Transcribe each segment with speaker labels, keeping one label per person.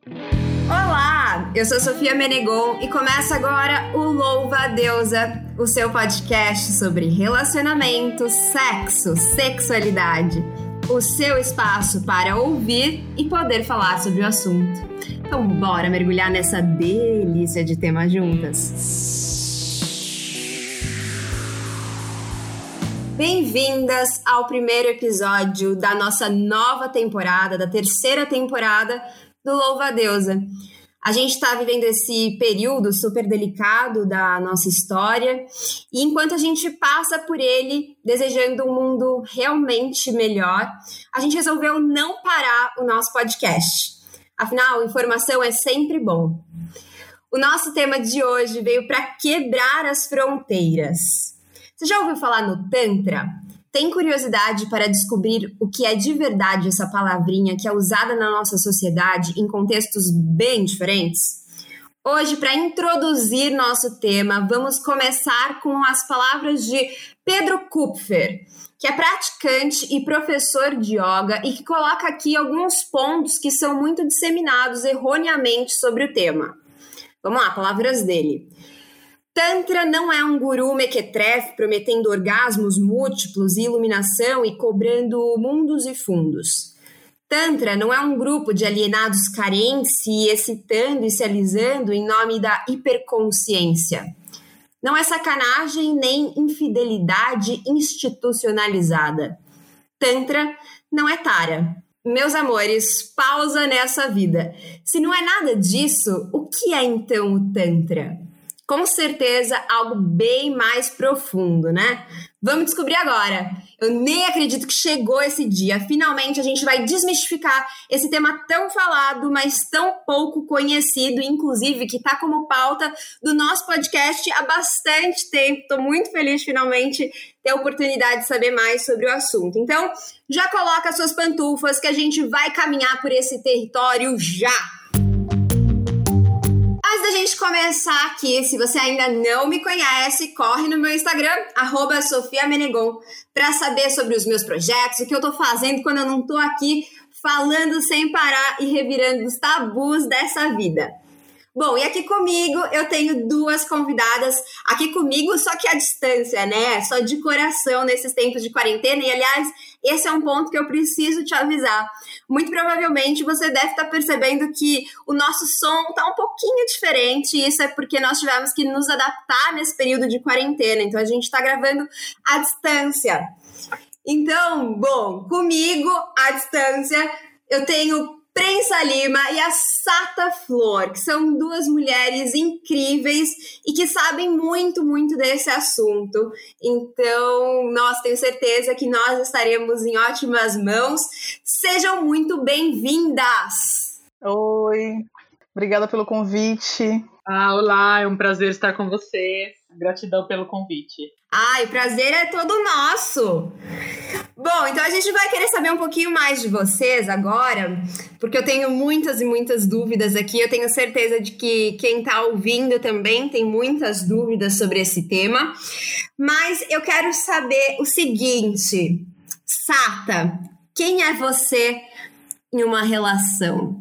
Speaker 1: Olá, eu sou Sofia Menegon e começa agora o Louva a Deusa, o seu podcast sobre relacionamento, sexo, sexualidade. O seu espaço para ouvir e poder falar sobre o assunto. Então bora mergulhar nessa delícia de tema juntas. Bem-vindas ao primeiro episódio da nossa nova temporada, da terceira temporada do Louva a Deusa. A gente está vivendo esse período super delicado da nossa história e enquanto a gente passa por ele desejando um mundo realmente melhor, a gente resolveu não parar o nosso podcast. Afinal, informação é sempre bom. O nosso tema de hoje veio para quebrar as fronteiras. Você já ouviu falar no Tantra? Tem curiosidade para descobrir o que é de verdade essa palavrinha que é usada na nossa sociedade em contextos bem diferentes? Hoje, para introduzir nosso tema, vamos começar com as palavras de Pedro Kupfer, que é praticante e professor de yoga e que coloca aqui alguns pontos que são muito disseminados erroneamente sobre o tema. Vamos lá, palavras dele. Tantra não é um guru mequetrefe prometendo orgasmos múltiplos e iluminação e cobrando mundos e fundos. Tantra não é um grupo de alienados carentes se excitando e se alisando em nome da hiperconsciência. Não é sacanagem nem infidelidade institucionalizada. Tantra não é tara. Meus amores, pausa nessa vida. Se não é nada disso, o que é então o Tantra? Com certeza algo bem mais profundo, né? Vamos descobrir agora. Eu nem acredito que chegou esse dia. Finalmente a gente vai desmistificar esse tema tão falado, mas tão pouco conhecido, inclusive que está como pauta do nosso podcast há bastante tempo. Estou muito feliz de finalmente ter a oportunidade de saber mais sobre o assunto. Então, já coloca suas pantufas que a gente vai caminhar por esse território já! Antes da gente começar aqui, se você ainda não me conhece, corre no meu Instagram, @SofiaMenegon, para saber sobre os meus projetos, o que eu tô fazendo quando eu não tô aqui falando sem parar e revirando os tabus dessa vida. Bom, e aqui comigo eu tenho duas convidadas, aqui comigo só que à distância, né? Só de coração nesses tempos de quarentena. E, aliás, esse é um ponto que eu preciso te avisar. Muito provavelmente você deve estar percebendo que o nosso som está um pouquinho diferente. E isso é porque nós tivemos que nos adaptar nesse período de quarentena. Então, a gente está gravando à distância. Então, bom, comigo à distância eu tenho Prensa Lima e a Sata Flor, que são duas mulheres incríveis e que sabem muito, muito desse assunto. Então, nós tenho certeza que nós estaremos em ótimas mãos. Sejam muito bem-vindas!
Speaker 2: Oi, obrigada pelo convite.
Speaker 3: Olá, é um prazer estar com vocês. Gratidão pelo convite.
Speaker 1: O prazer é todo nosso! Bom, então a gente vai querer saber um pouquinho mais de vocês agora, porque eu tenho muitas e muitas dúvidas aqui. Eu tenho certeza de que quem está ouvindo também tem muitas dúvidas sobre esse tema. Mas eu quero saber o seguinte, Sata, quem é você em uma relação?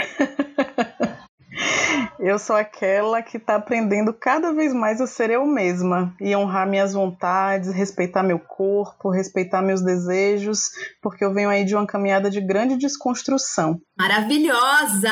Speaker 2: Eu sou aquela que está aprendendo cada vez mais a ser eu mesma e honrar minhas vontades, respeitar meu corpo, respeitar meus desejos, porque eu venho aí de uma caminhada de grande desconstrução.
Speaker 1: Maravilhosa!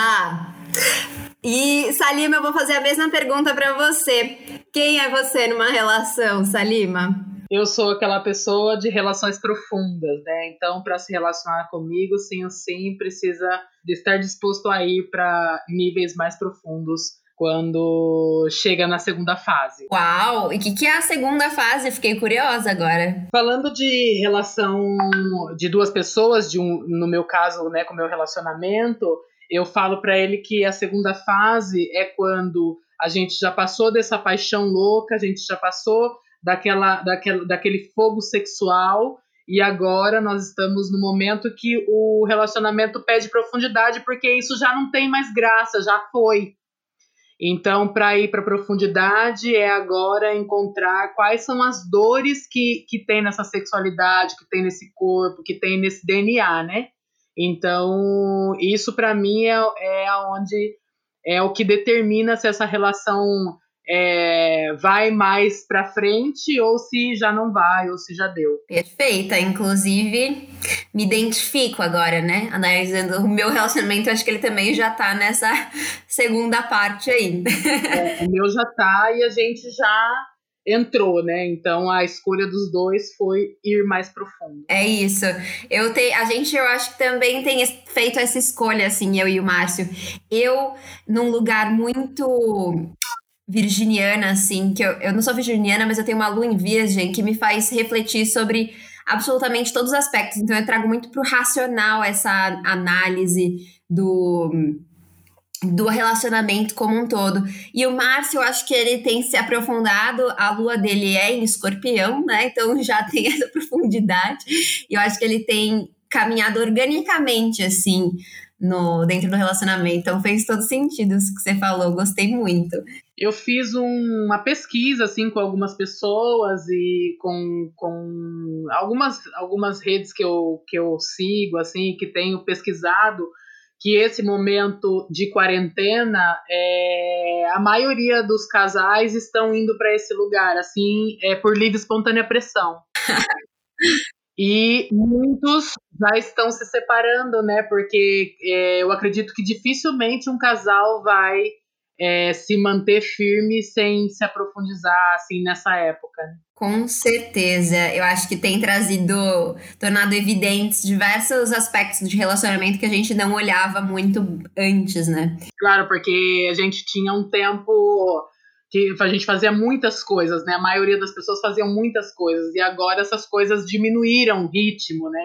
Speaker 1: E, Salima, eu vou fazer a mesma pergunta para você. Quem é você numa relação, Salima?
Speaker 3: Eu sou aquela pessoa de relações profundas, né? Então, para se relacionar comigo, sim ou sim, precisa de estar disposto a ir para níveis mais profundos quando chega na segunda fase.
Speaker 1: Uau! E o que é a segunda fase? Fiquei curiosa agora.
Speaker 3: Falando de relação de duas pessoas, no meu caso, né, com o meu relacionamento, eu falo para ele que a segunda fase é quando a gente já passou dessa paixão louca, a gente já passou daquele fogo sexual e agora nós estamos no momento que o relacionamento pede profundidade porque isso já não tem mais graça, já foi. Então, para ir para a profundidade é agora encontrar quais são as dores que tem nessa sexualidade, que tem nesse corpo, que tem nesse DNA, né? Então, isso para mim é o que determina se essa relação vai mais para frente ou se já não vai, ou se já deu.
Speaker 1: Perfeita, inclusive me identifico agora, né? Analisando o meu relacionamento, acho que ele também já tá nessa segunda parte aí.
Speaker 3: O meu já tá e a gente já entrou, né? Então a escolha dos dois foi ir mais profundo.
Speaker 1: É isso. Eu acho que também tem feito essa escolha, assim, eu e o Márcio. Eu, num lugar muito virginiana, assim, que eu não sou virginiana, mas eu tenho uma lua em virgem que me faz refletir sobre absolutamente todos os aspectos. Então eu trago muito pro racional essa análise do relacionamento como um todo. E o Márcio, eu acho que ele tem se aprofundado, a lua dele é em Escorpião, né? Então já tem essa profundidade. E eu acho que ele tem caminhado organicamente, assim, dentro do relacionamento. Então fez todo sentido isso que você falou, gostei muito.
Speaker 3: Eu fiz uma pesquisa, assim, com algumas pessoas e com algumas redes que eu sigo, assim, que tenho pesquisado, que esse momento de quarentena, a maioria dos casais estão indo para esse lugar, assim, por livre e espontânea pressão. E muitos já estão se separando, né? Porque eu acredito que dificilmente um casal vai se manter firme sem se aprofundizar, assim, nessa época.
Speaker 1: Com certeza, eu acho que tem tornado evidentes diversos aspectos de relacionamento que a gente não olhava muito antes, né?
Speaker 3: Claro, porque a gente tinha um tempo que a gente fazia muitas coisas, né? A maioria das pessoas faziam muitas coisas, e agora essas coisas diminuíram o ritmo, né?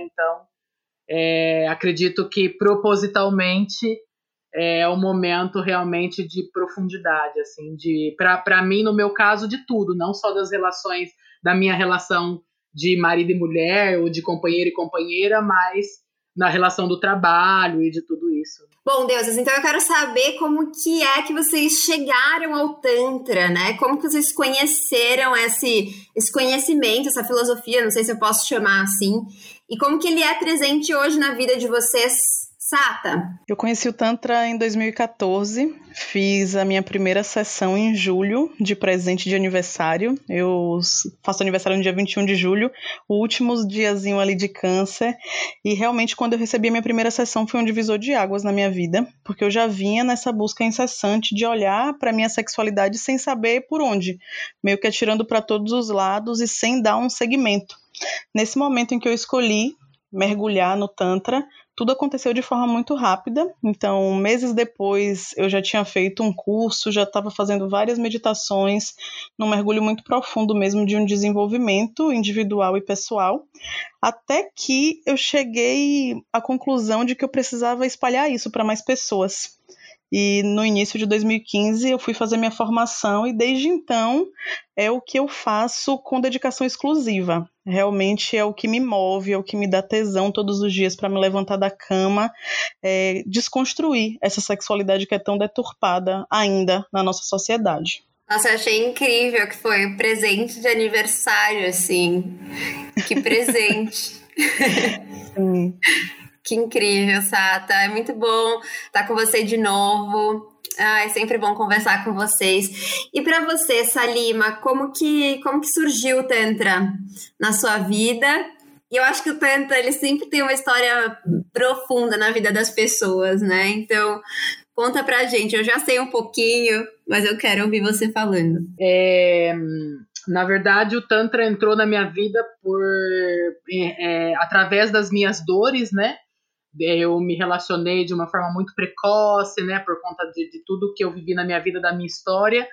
Speaker 3: Então, acredito que propositalmente é o momento realmente de profundidade, assim, para mim, no meu caso, de tudo, não só das relações, da minha relação de marido e mulher, ou de companheiro e companheira, mas na relação do trabalho e de tudo isso.
Speaker 1: Bom, deuses, então eu quero saber como que é que vocês chegaram ao Tantra, né? Como que vocês conheceram esse conhecimento, essa filosofia, não sei se eu posso chamar assim, e como que ele é presente hoje na vida de vocês, Sata?
Speaker 2: Eu conheci o Tantra em 2014, fiz a minha primeira sessão em julho, de presente de aniversário. Eu faço aniversário no dia 21 de julho, o último diazinho ali de câncer, e realmente quando eu recebi a minha primeira sessão foi um divisor de águas na minha vida, porque eu já vinha nessa busca incessante de olhar para minha sexualidade sem saber por onde, meio que atirando para todos os lados e sem dar um segmento. Nesse momento em que eu escolhi mergulhar no Tantra, tudo aconteceu de forma muito rápida, então meses depois eu já tinha feito um curso, já estava fazendo várias meditações, num mergulho muito profundo mesmo de um desenvolvimento individual e pessoal, até que eu cheguei à conclusão de que eu precisava espalhar isso para mais pessoas. E no início de 2015 eu fui fazer minha formação e desde então é o que eu faço com dedicação exclusiva. Realmente é o que me move, é o que me dá tesão todos os dias para me levantar da cama, desconstruir essa sexualidade que é tão deturpada ainda na nossa sociedade.
Speaker 1: Nossa, eu achei incrível que foi um presente de aniversário, assim. Que presente.
Speaker 2: Sim.
Speaker 1: Que incrível, Sata. É muito bom estar com você de novo. É sempre bom conversar com vocês. E para você, Salima, como que surgiu o Tantra na sua vida? E eu acho que o Tantra, ele sempre tem uma história profunda na vida das pessoas, né? Então, conta pra gente. Eu já sei um pouquinho, mas eu quero ouvir você falando.
Speaker 3: Na verdade, o Tantra entrou na minha vida através das minhas dores, né? Eu me relacionei de uma forma muito precoce, né, por conta de tudo que eu vivi na minha vida, da minha história,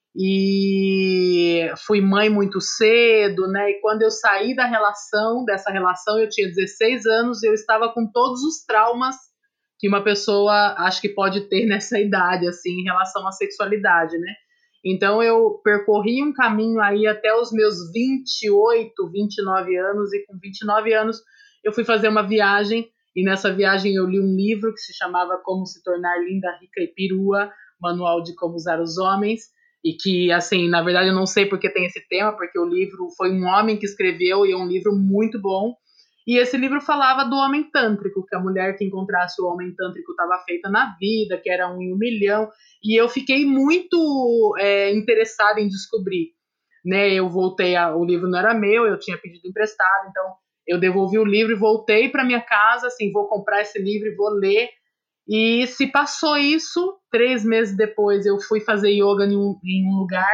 Speaker 3: e fui mãe muito cedo, né, e quando eu saí dessa relação, eu tinha 16 anos, e eu estava com todos os traumas que uma pessoa acho que pode ter nessa idade, assim, em relação à sexualidade, né. Então eu percorri um caminho aí até os meus 28, 29 anos, e com 29 anos eu fui fazer uma viagem. E nessa viagem eu li um livro que se chamava Como se tornar linda, rica e perua, Manual de como usar os homens, e que, assim, na verdade eu não sei porque tem esse tema, porque o livro foi um homem que escreveu e é um livro muito bom. E esse livro falava do homem tântrico, que a mulher que encontrasse o homem tântrico estava feita na vida, que era 1 em 1 milhão. E eu fiquei muito interessada em descobrir. Né? Eu voltei, o livro não era meu, eu tinha pedido emprestado, então eu devolvi o livro e voltei para minha casa, assim, vou comprar esse livro e vou ler. E se passou isso, 3 meses depois eu fui fazer yoga em um lugar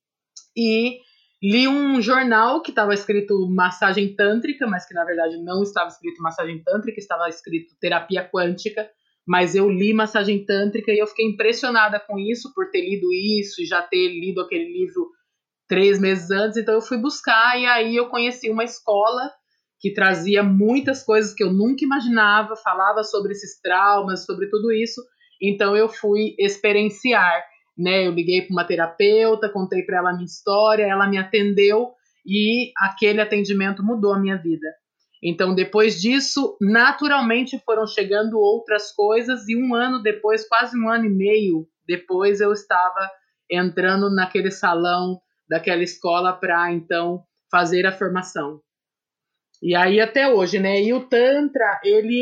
Speaker 3: e li um jornal que estava escrito massagem tântrica, mas que na verdade não estava escrito massagem tântrica, estava escrito terapia quântica, mas eu li massagem tântrica e eu fiquei impressionada com isso, por ter lido isso e já ter lido aquele livro 3 meses antes, então eu fui buscar e aí eu conheci uma escola que trazia muitas coisas que eu nunca imaginava, falava sobre esses traumas, sobre tudo isso, então eu fui experienciar. Né, eu liguei para uma terapeuta, contei para ela a minha história, ela me atendeu e aquele atendimento mudou a minha vida. Então, depois disso, naturalmente foram chegando outras coisas e 1 ano depois, quase 1 ano e meio depois, eu estava entrando naquele salão daquela escola para, então, fazer a formação. E aí até hoje, né? E o Tantra, ele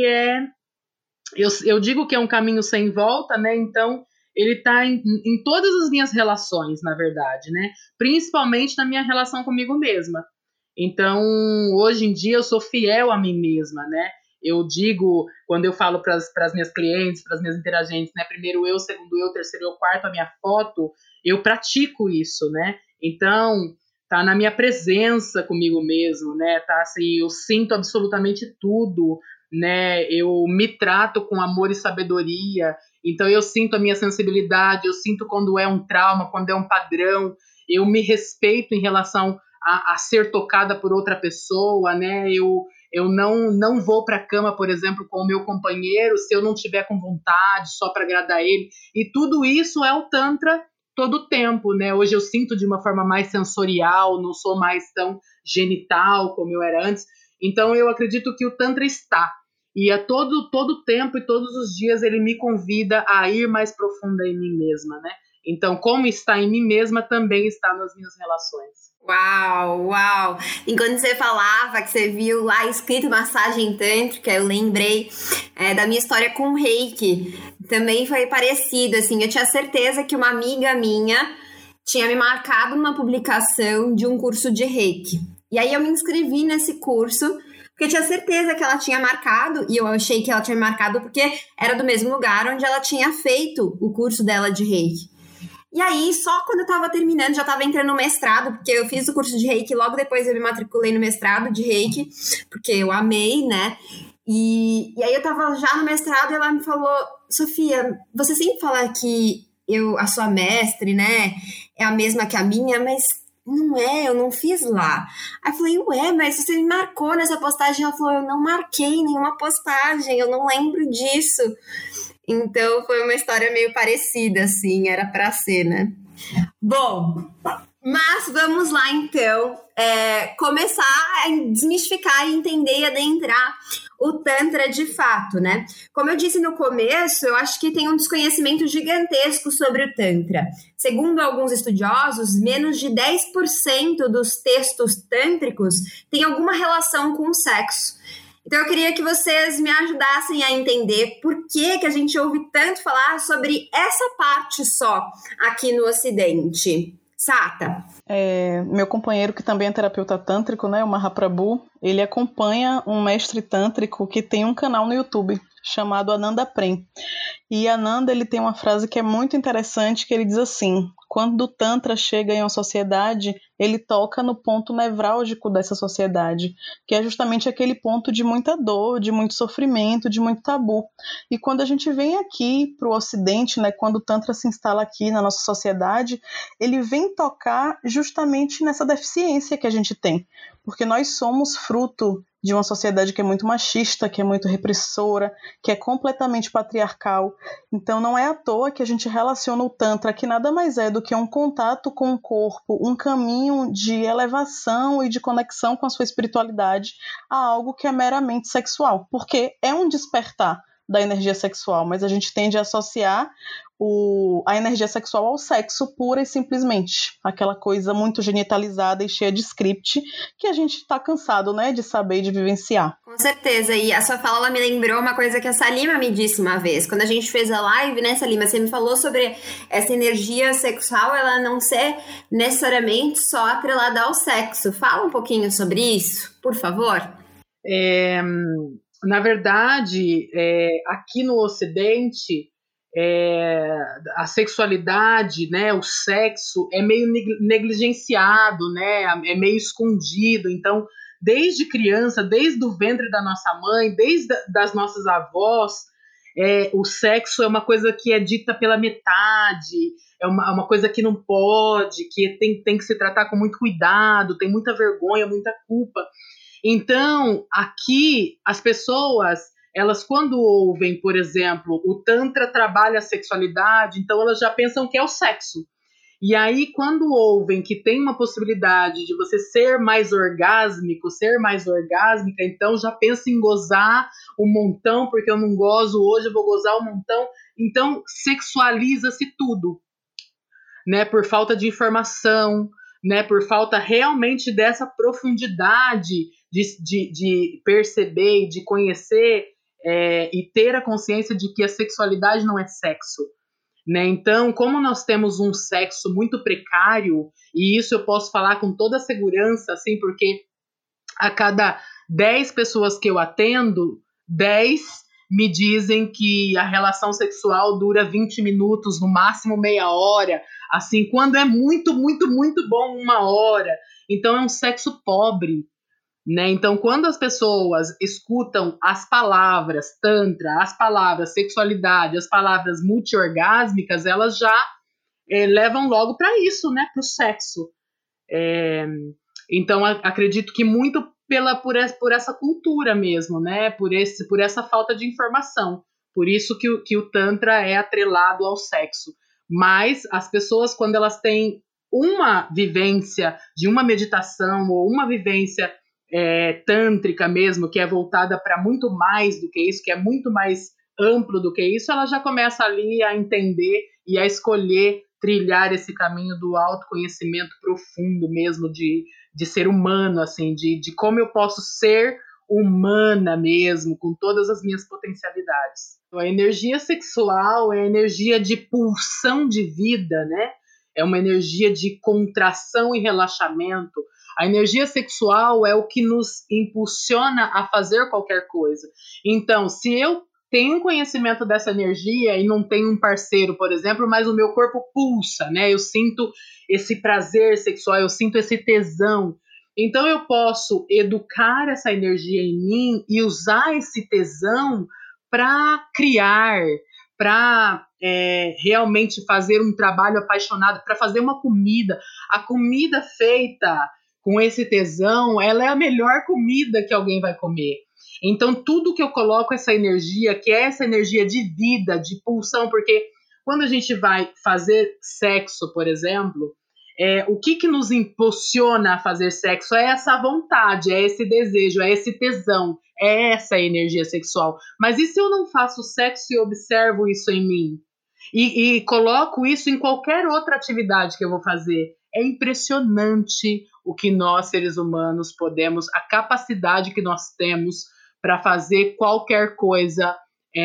Speaker 3: eu digo que é um caminho sem volta, né? Então, ele está em todas as minhas relações, na verdade, né? Principalmente na minha relação comigo mesma. Então, hoje em dia, eu sou fiel a mim mesma, né? Eu digo, quando eu falo para as minhas clientes, para as minhas interagentes, né? Primeiro eu, segundo eu, terceiro eu, quarto a minha foto, eu pratico isso, né? Então, tá na minha presença comigo mesmo, né? Tá assim, eu sinto absolutamente tudo, né? Eu me trato com amor e sabedoria. Então eu sinto a minha sensibilidade, eu sinto quando é um trauma, quando é um padrão, eu me respeito em relação a ser tocada por outra pessoa, né? Eu não vou para a cama, por exemplo, com o meu companheiro se eu não tiver com vontade, só para agradar ele. E tudo isso é o Tantra todo o tempo, né? Hoje eu sinto de uma forma mais sensorial, não sou mais tão genital como eu era antes. Então eu acredito que o Tantra está. E a todo tempo e todos os dias ele me convida a ir mais profunda em mim mesma, né? Então, como está em mim mesma, também está nas minhas relações.
Speaker 1: Uau, uau! Enquanto você falava que você viu lá escrito massagem tântrica, eu lembrei da minha história com o Reiki. Também foi parecido, assim, eu tinha certeza que uma amiga minha tinha me marcado numa publicação de um curso de Reiki. E aí eu me inscrevi nesse curso, porque eu tinha certeza que ela tinha marcado, e eu achei que ela tinha marcado porque era do mesmo lugar onde ela tinha feito o curso dela de Reiki. E aí, só quando eu tava terminando, já tava entrando no mestrado, porque eu fiz o curso de Reiki, logo depois eu me matriculei no mestrado de Reiki, porque eu amei, né? E aí eu tava já no mestrado e ela me falou, Sofia, você sempre fala que a sua mestre, né, é a mesma que a minha, mas não é, eu não fiz lá. Aí eu falei, ué, mas você me marcou nessa postagem. Ela falou, eu não marquei nenhuma postagem, eu não lembro disso. Então foi uma história meio parecida, assim, era pra ser, né? Bom, mas vamos lá então começar a desmistificar e entender e adentrar o Tantra de fato, né? Como eu disse no começo, eu acho que tem um desconhecimento gigantesco sobre o Tantra. Segundo alguns estudiosos, menos de 10% dos textos tântricos têm alguma relação com o sexo. Então eu queria que vocês me ajudassem a entender por que a gente ouve tanto falar sobre essa parte só aqui no Ocidente. Sata?
Speaker 2: Meu companheiro, que também é terapeuta tântrico, né, o Mahaprabhu, ele acompanha um mestre tântrico que tem um canal no YouTube chamado Ananda Prem. E Ananda, ele tem uma frase que é muito interessante, que ele diz assim: quando o Tantra chega em uma sociedade, ele toca no ponto nevrálgico dessa sociedade, que é justamente aquele ponto de muita dor, de muito sofrimento, de muito tabu. E quando a gente vem aqui para o Ocidente, né, quando o Tantra se instala aqui na nossa sociedade, ele vem tocar justamente nessa deficiência que a gente tem, porque nós somos fruto de uma sociedade que é muito machista, que é muito repressora, que é completamente patriarcal. Então não é à toa que a gente relaciona o Tantra, que nada mais é do que um contato com o corpo, um caminho de elevação e de conexão com a sua espiritualidade, a algo que é meramente sexual, porque é um despertar da energia sexual, mas a gente tende a associar a energia sexual ao sexo pura e simplesmente. Aquela coisa muito genitalizada e cheia de script que a gente está cansado, né, de saber e de vivenciar.
Speaker 1: Com certeza, e a sua fala ela me lembrou uma coisa que a Salima me disse uma vez. Quando a gente fez a live, né, Salima, você me falou sobre essa energia sexual, ela não ser necessariamente só atrelada ao sexo. Fala um pouquinho sobre isso, por favor.
Speaker 3: Na verdade, aqui no Ocidente, a sexualidade, né, o sexo é meio negligenciado, né, é meio escondido. Então, desde criança, desde o ventre da nossa mãe, desde das nossas avós, o sexo é uma coisa que é dita pela metade, é uma coisa que não pode, que tem que se tratar com muito cuidado, tem muita vergonha, muita culpa. Então, aqui, as pessoas, elas quando ouvem, por exemplo, o Tantra trabalha a sexualidade, então elas já pensam que é o sexo. E aí, quando ouvem que tem uma possibilidade de você ser mais orgásmico, ser mais orgásmica, então já pensa em gozar um montão, porque eu não gozo hoje, eu vou gozar um montão. Então, sexualiza-se tudo, né? Por falta de informação, né? Por falta realmente dessa profundidade de perceber e de conhecer e ter a consciência de que a sexualidade não é sexo. Né? Então, como nós temos um sexo muito precário, e isso eu posso falar com toda segurança, assim, porque a cada 10 pessoas que eu atendo, 10 me dizem que a relação sexual dura 20 minutos, no máximo meia hora, assim, quando é muito, muito, muito bom, 1 hora. Então, é um sexo pobre. Né? Então, quando as pessoas escutam as palavras tantra, as palavras sexualidade, as palavras multiorgásmicas, elas já levam logo para isso, né? Para o sexo. Então, acredito que muito por essa cultura mesmo, né? Por essa falta de informação. Por isso que o tantra é atrelado ao sexo. Mas as pessoas, quando elas têm uma vivência de uma meditação ou uma vivência tântrica mesmo, que é voltada para muito mais do que isso, que é muito mais amplo do que isso, ela já começa ali a entender e a escolher trilhar esse caminho do autoconhecimento profundo mesmo, de ser humano, assim, de como eu posso ser humana mesmo, com todas as minhas potencialidades. A energia sexual é a energia de pulsão de vida, né? É uma energia de contração e relaxamento. A energia sexual é o que nos impulsiona a fazer qualquer coisa. Então, se eu tenho conhecimento dessa energia e não tenho um parceiro, por exemplo, mas o meu corpo pulsa, né? Eu sinto esse prazer sexual, eu sinto esse tesão. Então, eu posso educar essa energia em mim e usar esse tesão para criar, para realmente fazer um trabalho apaixonado, para fazer uma comida. A comida feita com esse tesão, ela é a melhor comida que alguém vai comer. Então, tudo que eu coloco essa energia, que é essa energia de vida, de pulsão, porque quando a gente vai fazer sexo, por exemplo, o que nos impulsiona a fazer sexo é essa vontade, é esse desejo, é esse tesão, é essa energia sexual. Mas e se eu não faço sexo e observo isso em mim? E coloco isso em qualquer outra atividade que eu vou fazer? É impressionante o que nós, seres humanos, podemos, a capacidade que nós temos para fazer qualquer coisa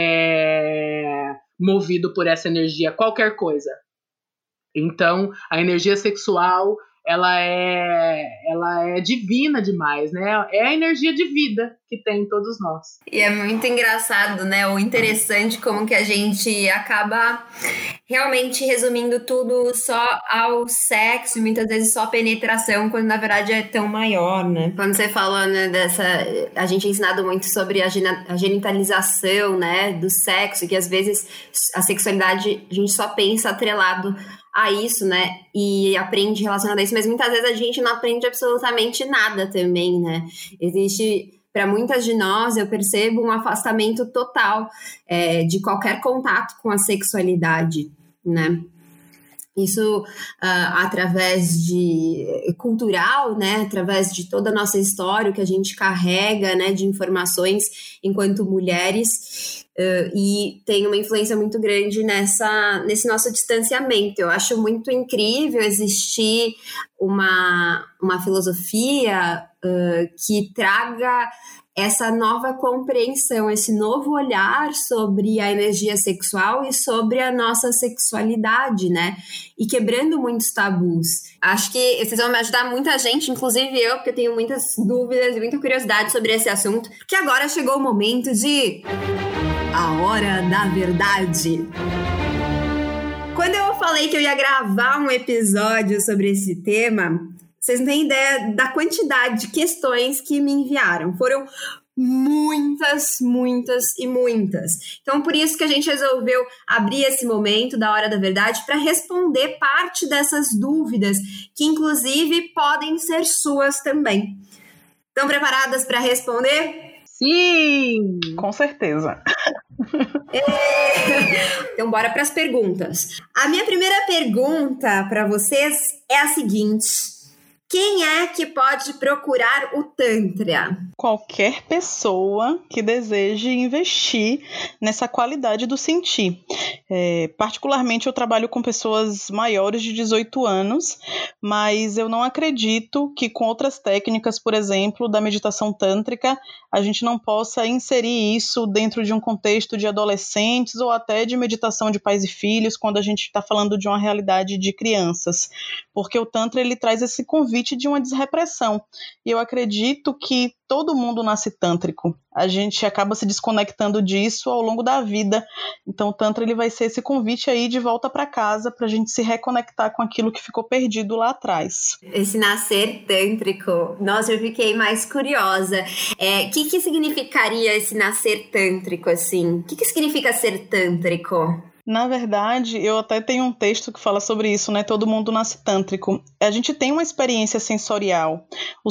Speaker 3: movido por essa energia, qualquer coisa. Então, a energia sexual, ela é divina demais, né? É a energia de vida que tem em todos nós.
Speaker 1: E é muito engraçado, né? O interessante como que a gente acaba realmente resumindo tudo só ao sexo, e muitas vezes só penetração, quando na verdade é tão maior, né? Quando você fala, né, a gente é ensinado muito sobre a genitalização, né, do sexo, que às vezes a sexualidade a gente só pensa atrelado a isso, né, e aprende relacionado a isso, mas muitas vezes a gente não aprende absolutamente nada também, né? Existe, para muitas de nós, eu percebo um afastamento total de qualquer contato com a sexualidade, né? Isso através de cultural, né, através de toda a nossa história que a gente carrega, né, de informações enquanto mulheres, e tem uma influência muito grande nesse nosso distanciamento. Eu acho muito incrível existir uma filosofia que traga essa nova compreensão, esse novo olhar sobre a energia sexual e sobre a nossa sexualidade, né? E quebrando muitos tabus. Acho que vocês vão me ajudar muita gente, inclusive eu, porque eu tenho muitas dúvidas e muita curiosidade sobre esse assunto, porque agora chegou o momento de... A Hora da Verdade. Quando eu falei que eu ia gravar um episódio sobre esse tema... Vocês não têm ideia da quantidade de questões que me enviaram. Foram muitas, muitas e muitas. Então, por isso que a gente resolveu abrir esse momento da Hora da Verdade para responder parte dessas dúvidas, que inclusive podem ser suas também. Estão preparadas para responder?
Speaker 3: Sim!
Speaker 2: Com certeza.
Speaker 1: Então, bora para as perguntas. A minha primeira pergunta para vocês é a seguinte... Quem é que pode procurar o Tantra?
Speaker 2: Qualquer pessoa que deseje investir nessa qualidade do sentir. Particularmente, eu trabalho com pessoas maiores de 18 anos, mas eu não acredito que com outras técnicas, por exemplo, da meditação tântrica, a gente não possa inserir isso dentro de um contexto de adolescentes ou até de meditação de pais e filhos, quando a gente está falando de uma realidade de crianças. Porque o Tantra, ele traz esse convite de uma desrepressão. E eu acredito que todo mundo nasce tântrico. A gente acaba se desconectando disso ao longo da vida. Então o Tantra, ele vai ser esse convite aí de volta para casa, para a gente se reconectar com aquilo que ficou perdido lá atrás.
Speaker 1: Esse nascer tântrico, nossa, eu fiquei mais curiosa. Que significaria esse nascer tântrico, assim? O que significa ser tântrico?
Speaker 2: Na verdade, eu até tenho um texto que fala sobre isso, né? Todo mundo nasce tântrico. A gente tem uma experiência sensorial.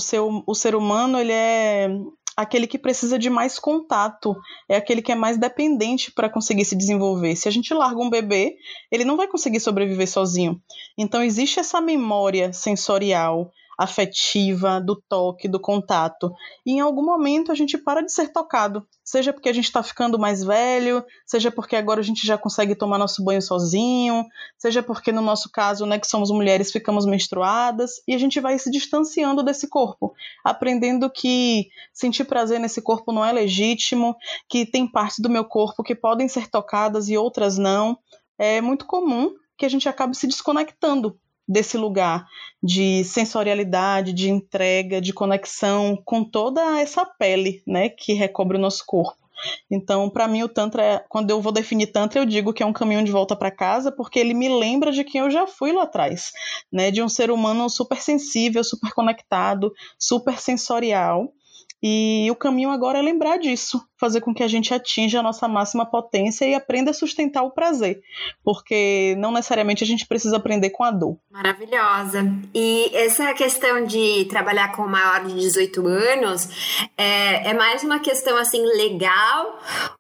Speaker 2: O ser humano, ele é aquele que precisa de mais contato, é aquele que é mais dependente para conseguir se desenvolver. Se a gente larga um bebê, ele não vai conseguir sobreviver sozinho. Então, existe essa memória sensorial, afetiva, do toque, do contato. E em algum momento a gente para de ser tocado, seja porque a gente está ficando mais velho, seja porque agora a gente já consegue tomar nosso banho sozinho, seja porque no nosso caso, né, que somos mulheres, ficamos menstruadas, e a gente vai se distanciando desse corpo, aprendendo que sentir prazer nesse corpo não é legítimo, que tem partes do meu corpo que podem ser tocadas e outras não. É muito comum que a gente acabe se desconectando desse lugar de sensorialidade, de entrega, de conexão com toda essa pele, né, que recobre o nosso corpo. Então, para mim, o Tantra, quando eu vou definir Tantra, eu digo que é um caminho de volta para casa, porque ele me lembra de quem eu já fui lá atrás, né, de um ser humano super sensível, super conectado, super sensorial. E o caminho agora é lembrar disso, fazer com que a gente atinja a nossa máxima potência e aprenda a sustentar o prazer, porque não necessariamente a gente precisa aprender com a dor.
Speaker 1: Maravilhosa. E essa questão de trabalhar com maior de 18 anos é mais uma questão assim legal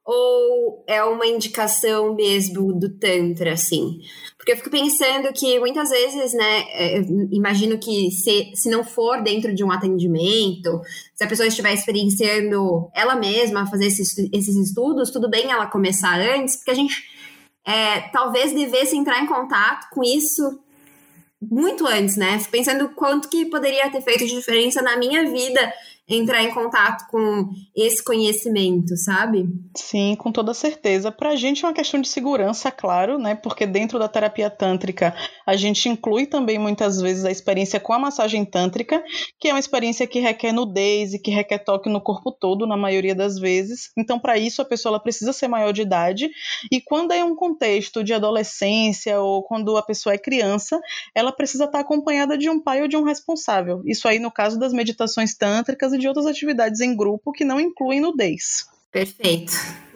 Speaker 1: ou é uma indicação mesmo do Tantra, assim? Porque eu fico pensando que muitas vezes, né, imagino que se não for dentro de um atendimento, se a pessoa estiver experienciando ela mesma fazer esses estudos, tudo bem ela começar antes, porque a gente talvez devesse entrar em contato com isso muito antes, né? Fico pensando quanto que poderia ter feito de diferença na minha vida entrar em contato com esse conhecimento, sabe?
Speaker 2: Sim, com toda certeza. Pra gente é uma questão de segurança, claro, né? Porque dentro da terapia tântrica a gente inclui também muitas vezes a experiência com a massagem tântrica, que é uma experiência que requer nudez e que requer toque no corpo todo, na maioria das vezes. Então, para isso, a pessoa ela precisa ser maior de idade. E quando é um contexto de adolescência ou quando a pessoa é criança, ela precisa estar acompanhada de um pai ou de um responsável. Isso aí no caso das meditações tântricas e de outras atividades em grupo que não incluem nudez.
Speaker 1: Perfeito.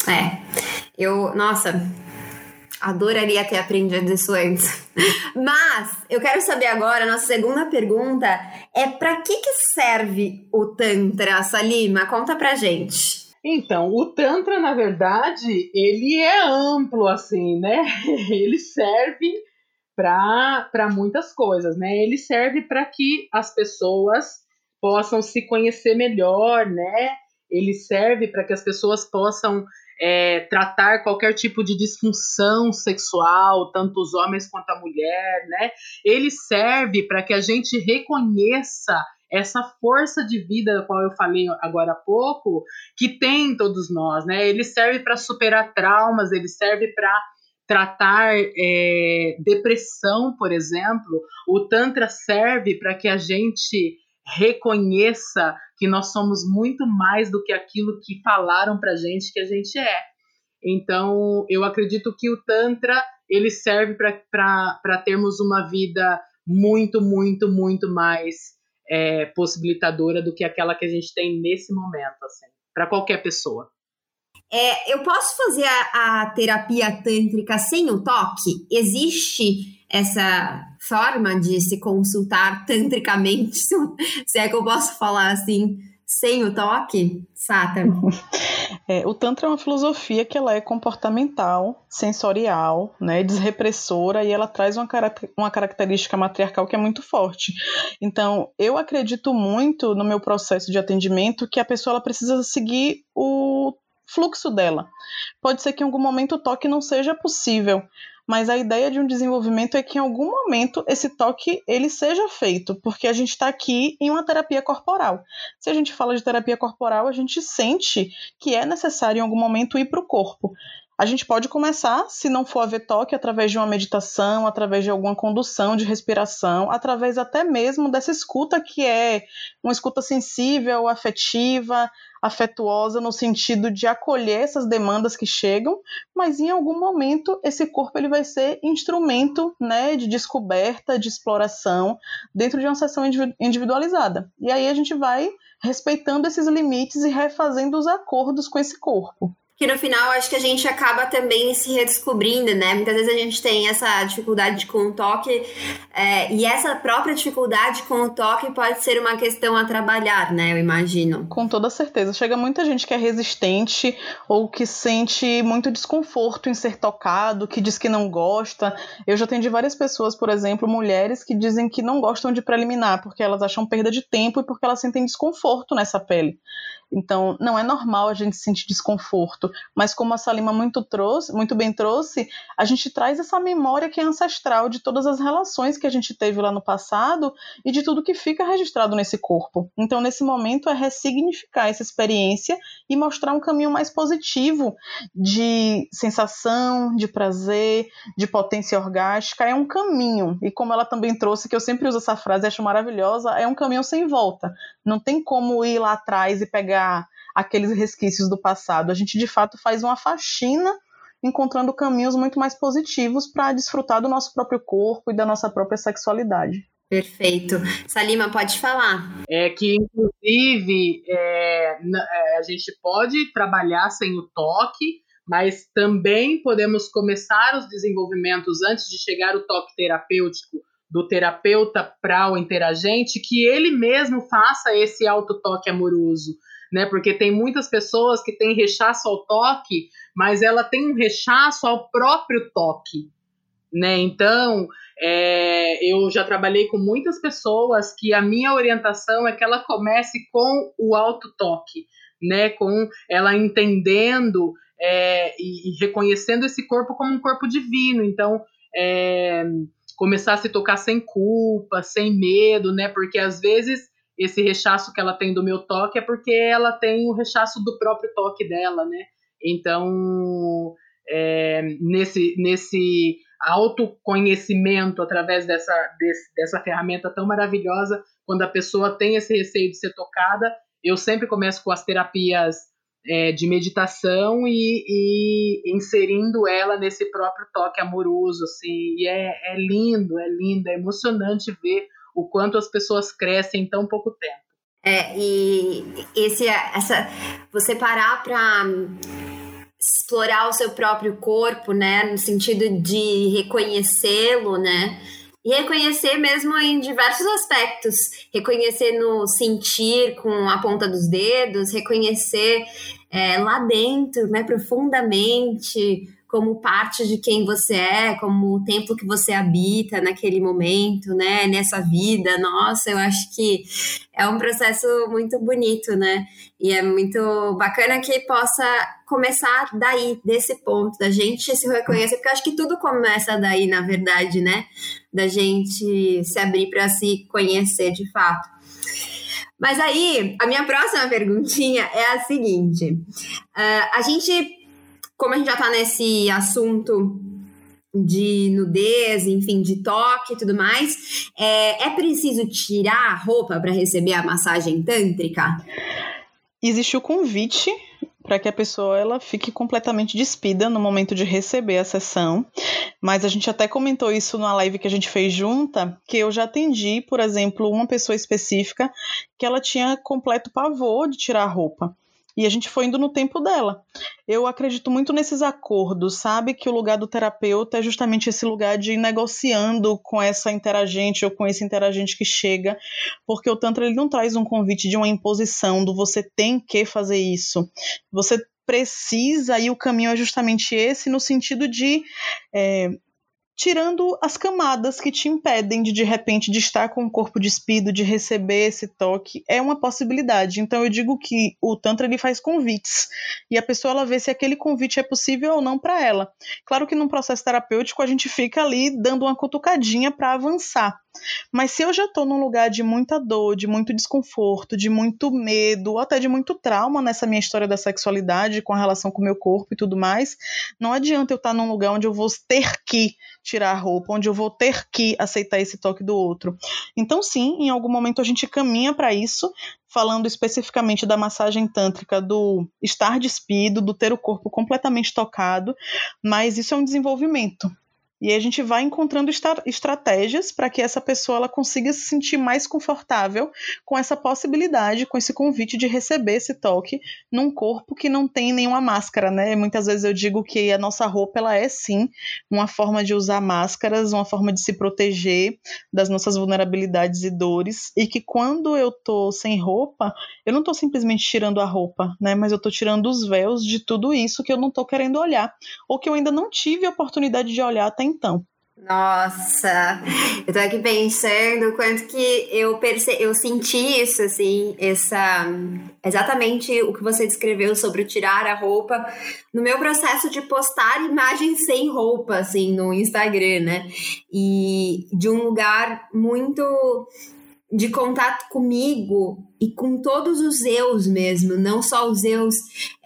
Speaker 1: Nossa, adoraria ter aprendido isso antes. Mas eu quero saber agora, a nossa segunda pergunta é: para que serve o Tantra, Salima? Conta pra gente.
Speaker 3: Então, o Tantra, na verdade, ele é amplo, assim, né? Ele serve para muitas coisas, né? Ele serve para que as pessoas possam se conhecer melhor, né? Ele serve para que as pessoas possam tratar qualquer tipo de disfunção sexual, tanto os homens quanto a mulher, né? Ele serve para que a gente reconheça essa força de vida da qual eu falei agora há pouco, que tem em todos nós, né? Ele serve para superar traumas, ele serve para tratar depressão, por exemplo. O Tantra serve para que a gente reconheça que nós somos muito mais do que aquilo que falaram pra gente que a gente é. Então, eu acredito que o Tantra, ele serve para termos uma vida muito, muito, muito mais possibilitadora do que aquela que a gente tem nesse momento, assim, para qualquer pessoa.
Speaker 1: Eu posso fazer a terapia tântrica sem o toque? Existe essa forma de se consultar tantricamente, se é que eu posso falar assim, sem o toque, Sata?
Speaker 2: O Tantra é uma filosofia que ela é comportamental, sensorial, né, desrepressora, e ela traz uma característica matriarcal que é muito forte. Então, eu acredito muito no meu processo de atendimento que a pessoa ela precisa seguir o fluxo dela. Pode ser que em algum momento o toque não seja possível, mas a ideia de um desenvolvimento é que em algum momento esse toque ele seja feito, porque a gente está aqui em uma terapia corporal. Se a gente fala de terapia corporal, a gente sente que é necessário em algum momento ir para o corpo. A gente pode começar, se não for haver toque, através de uma meditação, através de alguma condução de respiração, através até mesmo dessa escuta que é uma escuta sensível, afetiva, afetuosa, no sentido de acolher essas demandas que chegam, mas em algum momento esse corpo ele vai ser instrumento, né, de descoberta, de exploração, dentro de uma sessão individualizada. E aí a gente vai respeitando esses limites e refazendo os acordos com esse corpo.
Speaker 1: Que no final acho que a gente acaba também se redescobrindo, né? Muitas vezes a gente tem essa dificuldade com o toque e essa própria dificuldade com o toque pode ser uma questão a trabalhar, né? Eu imagino.
Speaker 2: Com toda certeza. Chega muita gente que é resistente ou que sente muito desconforto em ser tocado, que diz que não gosta. Eu já atendi várias pessoas, por exemplo, mulheres que dizem que não gostam de preliminar porque elas acham perda de tempo e porque elas sentem desconforto nessa pele. Então, não é normal a gente sentir desconforto, mas como a Salima muito bem trouxe, a gente traz essa memória que é ancestral de todas as relações que a gente teve lá no passado e de tudo que fica registrado nesse corpo. Então, nesse momento, é ressignificar essa experiência e mostrar um caminho mais positivo de sensação, de prazer, de potência orgástica. É um caminho, e como ela também trouxe, que eu sempre uso essa frase, acho maravilhosa, é um caminho sem volta. Não tem como ir lá atrás e pegar aqueles resquícios do passado. A gente, de fato, faz uma faxina encontrando caminhos muito mais positivos para desfrutar do nosso próprio corpo e da nossa própria sexualidade.
Speaker 1: Perfeito. Salima, pode falar.
Speaker 3: Que, inclusive, a gente pode trabalhar sem o toque, mas também podemos começar os desenvolvimentos antes de chegar o toque terapêutico do terapeuta para o interagente, que ele mesmo faça esse autotoque amoroso, né? Porque tem muitas pessoas que têm rechaço ao toque, mas ela tem um rechaço ao próprio toque, né? Então, eu já trabalhei com muitas pessoas que a minha orientação é que ela comece com o autotoque, né? Com ela entendendo e reconhecendo esse corpo como um corpo divino. Então, começar a se tocar sem culpa, sem medo, né? Porque às vezes esse rechaço que ela tem do meu toque é porque ela tem o rechaço do próprio toque dela, né? Então, nesse autoconhecimento através dessa ferramenta tão maravilhosa, quando a pessoa tem esse receio de ser tocada, eu sempre começo com as terapias de meditação e inserindo ela nesse próprio toque amoroso, assim, e é lindo, é emocionante ver o quanto as pessoas crescem em tão pouco tempo.
Speaker 1: E você parar para explorar o seu próprio corpo, né, no sentido de reconhecê-lo, né, e reconhecer mesmo em diversos aspectos, reconhecer no sentir com a ponta dos dedos, reconhecer lá dentro, né, profundamente, como parte de quem você é, como o templo que você habita naquele momento, né, nessa vida. Nossa, eu acho que é um processo muito bonito, né? E é muito bacana que possa começar daí, desse ponto, da gente se reconhecer, porque eu acho que tudo começa daí, na verdade, né? Da gente se abrir para se conhecer de fato. Mas aí, a minha próxima perguntinha é a seguinte. A gente, como a gente já tá nesse assunto de nudez, enfim, de toque e tudo mais, é preciso tirar a roupa para receber a massagem tântrica?
Speaker 2: Existe o convite para que a pessoa ela fique completamente despida no momento de receber a sessão, mas a gente até comentou isso numa live que a gente fez junta, que eu já atendi, por exemplo, uma pessoa específica que ela tinha completo pavor de tirar a roupa. E a gente foi indo no tempo dela. Eu acredito muito nesses acordos, sabe? Que o lugar do terapeuta é justamente esse lugar de ir negociando com essa interagente ou com esse interagente que chega, porque o Tantra ele não traz um convite de uma imposição, do você tem que fazer isso. Você precisa, e o caminho é justamente esse, no sentido de tirando as camadas que te impedem de repente, de estar com o corpo despido, de receber esse toque, é uma possibilidade. Então eu digo que o Tantra ele faz convites, e a pessoa ela vê se aquele convite é possível ou não para ela. Claro que num processo terapêutico a gente fica ali dando uma cutucadinha para avançar. Mas se eu já estou num lugar de muita dor, de muito desconforto, de muito medo, ou até de muito trauma nessa minha história da sexualidade, com a relação com o meu corpo e tudo mais, não adianta eu estar num lugar onde eu vou ter que tirar a roupa, onde eu vou ter que aceitar esse toque do outro. Então sim, em algum momento a gente caminha para isso, falando especificamente da massagem tântrica, do estar despido, do ter o corpo completamente tocado, mas isso é um desenvolvimento. E aí a gente vai encontrando estratégias para que essa pessoa ela consiga se sentir mais confortável com essa possibilidade, com esse convite de receber esse toque num corpo que não tem nenhuma máscara, né? Muitas vezes eu digo que a nossa roupa ela é sim uma forma de usar máscaras, uma forma de se proteger das nossas vulnerabilidades e dores, e que quando eu tô sem roupa, eu não tô simplesmente tirando a roupa, né? Mas eu tô tirando os véus de tudo isso que eu não tô querendo olhar, ou que eu ainda não tive a oportunidade de olhar até então.
Speaker 1: Nossa, eu tô aqui pensando o quanto que eu senti isso, assim, exatamente o que você descreveu sobre o tirar a roupa no meu processo de postar imagens sem roupa, assim, no Instagram, né? E de um lugar muito de contato comigo e com todos os eus mesmo, não só os eus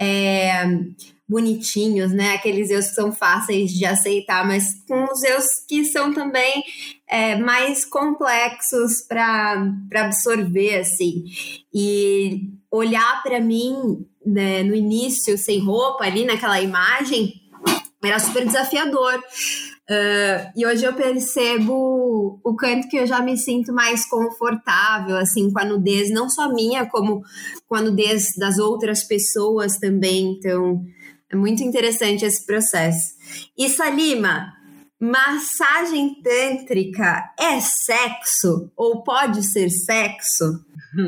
Speaker 1: bonitinhos, né? Aqueles eus que são fáceis de aceitar, mas com os eus que são também mais complexos para absorver, assim. E olhar para mim, né, no início, sem roupa, ali naquela imagem, era super desafiador. E hoje eu percebo o quanto que eu já me sinto mais confortável, assim, com a nudez, não só minha, como com a nudez das outras pessoas também. Então, é muito interessante esse processo. E Salima, massagem tântrica é sexo? Ou pode ser sexo?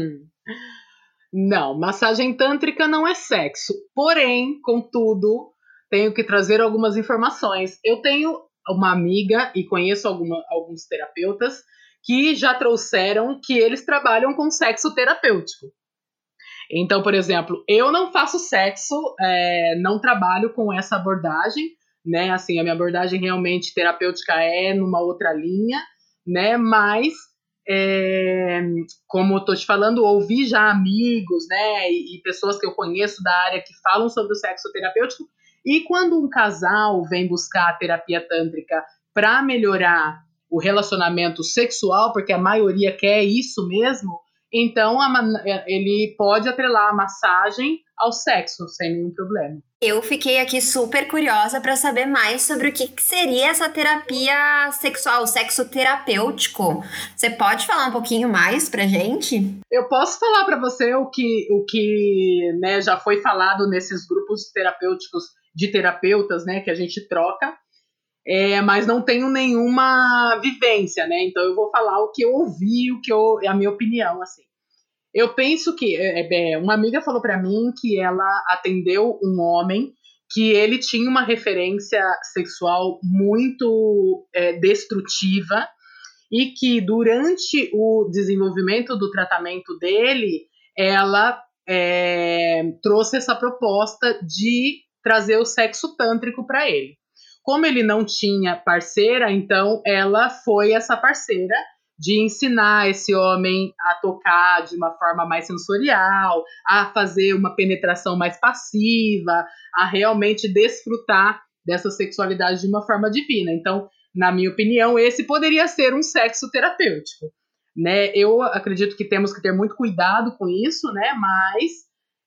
Speaker 3: Não, massagem tântrica não é sexo. Porém, contudo, tenho que trazer algumas informações. Eu tenho uma amiga e conheço alguns terapeutas que já trouxeram que eles trabalham com sexo terapêutico. Então, por exemplo, eu não faço sexo, não trabalho com essa abordagem, né? Assim, a minha abordagem realmente terapêutica é numa outra linha, né? Mas, como eu tô te falando, ouvi já amigos, né? E pessoas que eu conheço da área que falam sobre o sexo terapêutico. E quando um casal vem buscar a terapia tântrica para melhorar o relacionamento sexual, porque a maioria quer isso mesmo, então ele pode atrelar a massagem ao sexo sem nenhum problema.
Speaker 1: Eu fiquei aqui super curiosa para saber mais sobre o que seria essa terapia sexual, o sexo terapêutico. Você pode falar um pouquinho mais pra gente?
Speaker 3: Eu posso falar para você o que né, já foi falado nesses grupos terapêuticos de terapeutas, né, que a gente troca, mas não tenho nenhuma vivência, né? Então eu vou falar o que eu ouvi, a minha opinião, assim. Eu penso que uma amiga falou para mim que ela atendeu um homem que ele tinha uma referência sexual muito destrutiva e que durante o desenvolvimento do tratamento dele, ela trouxe essa proposta de trazer o sexo tântrico para ele. Como ele não tinha parceira, então ela foi essa parceira de ensinar esse homem a tocar de uma forma mais sensorial, a fazer uma penetração mais passiva, a realmente desfrutar dessa sexualidade de uma forma divina. Então, na minha opinião, esse poderia ser um sexo terapêutico, né? Eu acredito que temos que ter muito cuidado com isso, né? Mas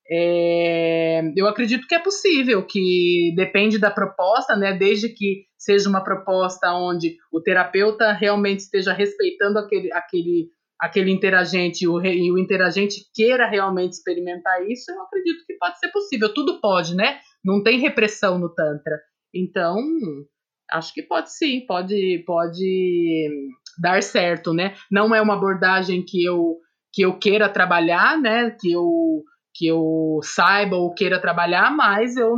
Speaker 3: eu acredito que é possível, que depende da proposta, né? Desde que seja uma proposta onde o terapeuta realmente esteja respeitando aquele interagente e o interagente queira realmente experimentar isso, eu acredito que pode ser possível. Tudo pode, né? Não tem repressão no Tantra. Então, acho que pode sim, pode dar certo, né? Não é uma abordagem que eu queira trabalhar, né? Que eu saiba ou queira trabalhar, mas eu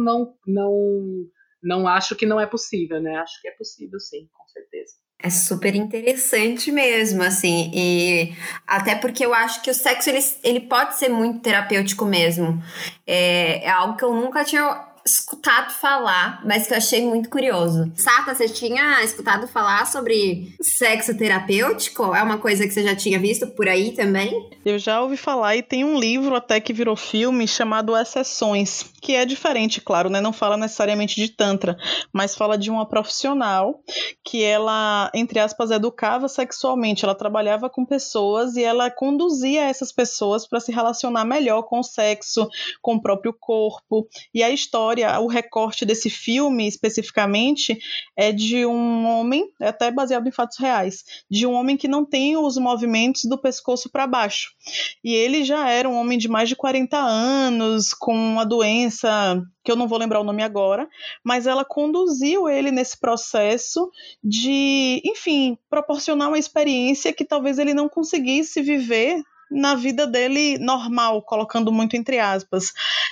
Speaker 3: não acho que não é possível, né? Acho que é possível, sim, com certeza.
Speaker 1: É super interessante mesmo, assim, e até porque eu acho que o sexo, ele pode ser muito terapêutico mesmo. É algo que eu nunca tinha escutado falar, mas que eu achei muito curioso. Sata, você tinha escutado falar sobre sexo terapêutico? É uma coisa que você já tinha visto por aí também?
Speaker 2: Eu já ouvi falar e tem um livro até que virou filme chamado As Sessões, que é diferente, claro, né? Não fala necessariamente de Tantra, mas fala de uma profissional que ela, entre aspas, educava sexualmente. Ela trabalhava com pessoas e ela conduzia essas pessoas para se relacionar melhor com o sexo, com o próprio corpo. E a história, o recorte desse filme especificamente é de um homem, até baseado em fatos reais, de um homem que não tem os movimentos do pescoço para baixo. E ele já era um homem de mais de 40 anos, com uma doença que eu não vou lembrar o nome agora, mas ela conduziu ele nesse processo de, enfim, proporcionar uma experiência que talvez ele não conseguisse viver na vida dele normal, colocando muito entre aspas.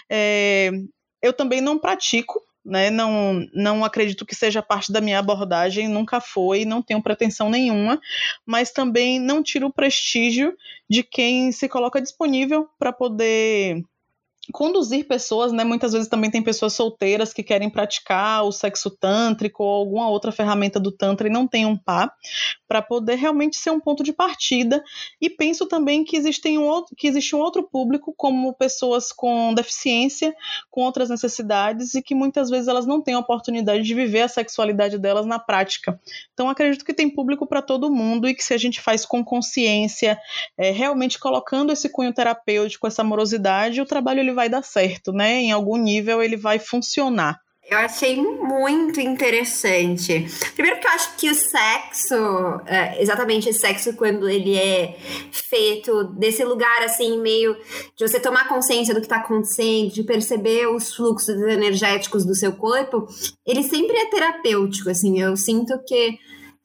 Speaker 2: Eu também não pratico, né? Não acredito que seja parte da minha abordagem, nunca foi, não tenho pretensão nenhuma, mas também não tiro o prestígio de quem se coloca disponível para poder conduzir pessoas, né? Muitas vezes também tem pessoas solteiras que querem praticar o sexo tântrico ou alguma outra ferramenta do Tantra e não tem um par, para poder realmente ser um ponto de partida. E penso também que existe um outro público, como pessoas com deficiência, com outras necessidades, e que muitas vezes elas não têm a oportunidade de viver a sexualidade delas na prática. Então acredito que tem público para todo mundo e que se a gente faz com consciência, realmente colocando esse cunho terapêutico, essa amorosidade, o trabalho ele vai dar certo, né? Em algum nível ele vai funcionar.
Speaker 1: Eu achei muito interessante. Primeiro que eu acho que o sexo, exatamente esse sexo quando ele é feito desse lugar assim, meio de você tomar consciência do que está acontecendo, de perceber os fluxos energéticos do seu corpo, ele sempre é terapêutico, assim. Eu sinto que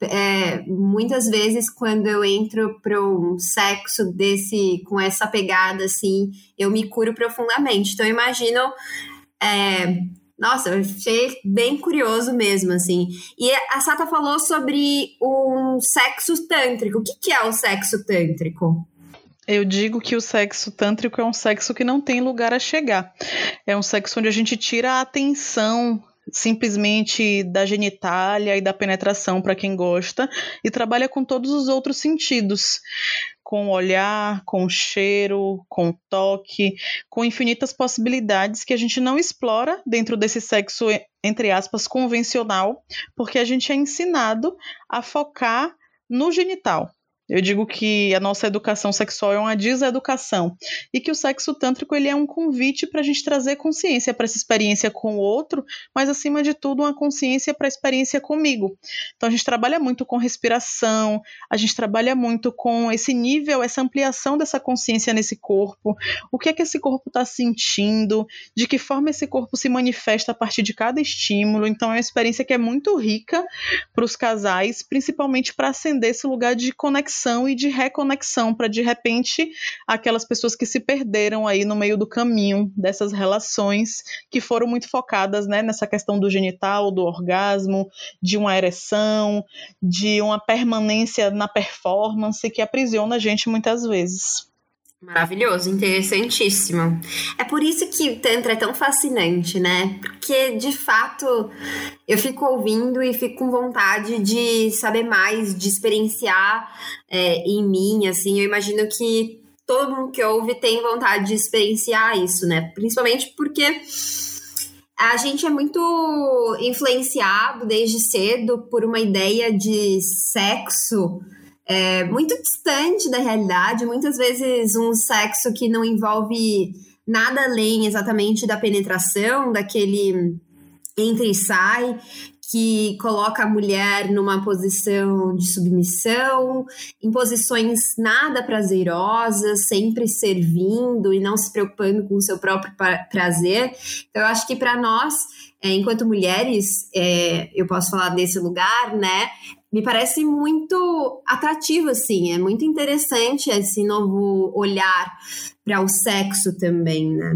Speaker 1: muitas vezes quando eu entro para um sexo desse, com essa pegada assim, eu me curo profundamente. Então eu imagino, nossa, eu achei bem curioso mesmo, assim. E a Sata falou sobre um sexo tântrico. O que é o sexo tântrico?
Speaker 2: Eu digo que o sexo tântrico é um sexo que não tem lugar a chegar. É um sexo onde a gente tira a atenção simplesmente da genitália e da penetração para quem gosta e trabalha com todos os outros sentidos, com o olhar, com o cheiro, com o toque, com infinitas possibilidades que a gente não explora dentro desse sexo, entre aspas, convencional, porque a gente é ensinado a focar no genital. Eu digo que a nossa educação sexual é uma deseducação e que o sexo tântrico ele é um convite para a gente trazer consciência para essa experiência com o outro, mas acima de tudo uma consciência para a experiência comigo. Então a gente trabalha muito com respiração, a gente trabalha muito com esse nível, essa ampliação dessa consciência nesse corpo, o que é que esse corpo está sentindo, de que forma esse corpo se manifesta a partir de cada estímulo. Então é uma experiência que é muito rica para os casais, principalmente para acender esse lugar de conexão conexão e de reconexão para, de repente, aquelas pessoas que se perderam aí no meio do caminho dessas relações que foram muito focadas, né, nessa questão do genital, do orgasmo, de uma ereção, de uma permanência na performance que aprisiona a gente muitas vezes.
Speaker 1: Maravilhoso, interessantíssimo. É por isso que o Tantra é tão fascinante, né? Porque, de fato, eu fico ouvindo e fico com vontade de saber mais, de experienciar em mim, assim. Eu imagino que todo mundo que ouve tem vontade de experienciar isso, né? Principalmente porque a gente é muito influenciado desde cedo por uma ideia de sexo muito distante da realidade, muitas vezes um sexo que não envolve nada além exatamente da penetração, daquele entra e sai, que coloca a mulher numa posição de submissão, em posições nada prazerosas, sempre servindo e não se preocupando com o seu próprio prazer. Então, eu acho que para nós, enquanto mulheres, eu posso falar desse lugar, né? Me parece muito atrativo, assim, é muito interessante esse novo olhar para o sexo também, né?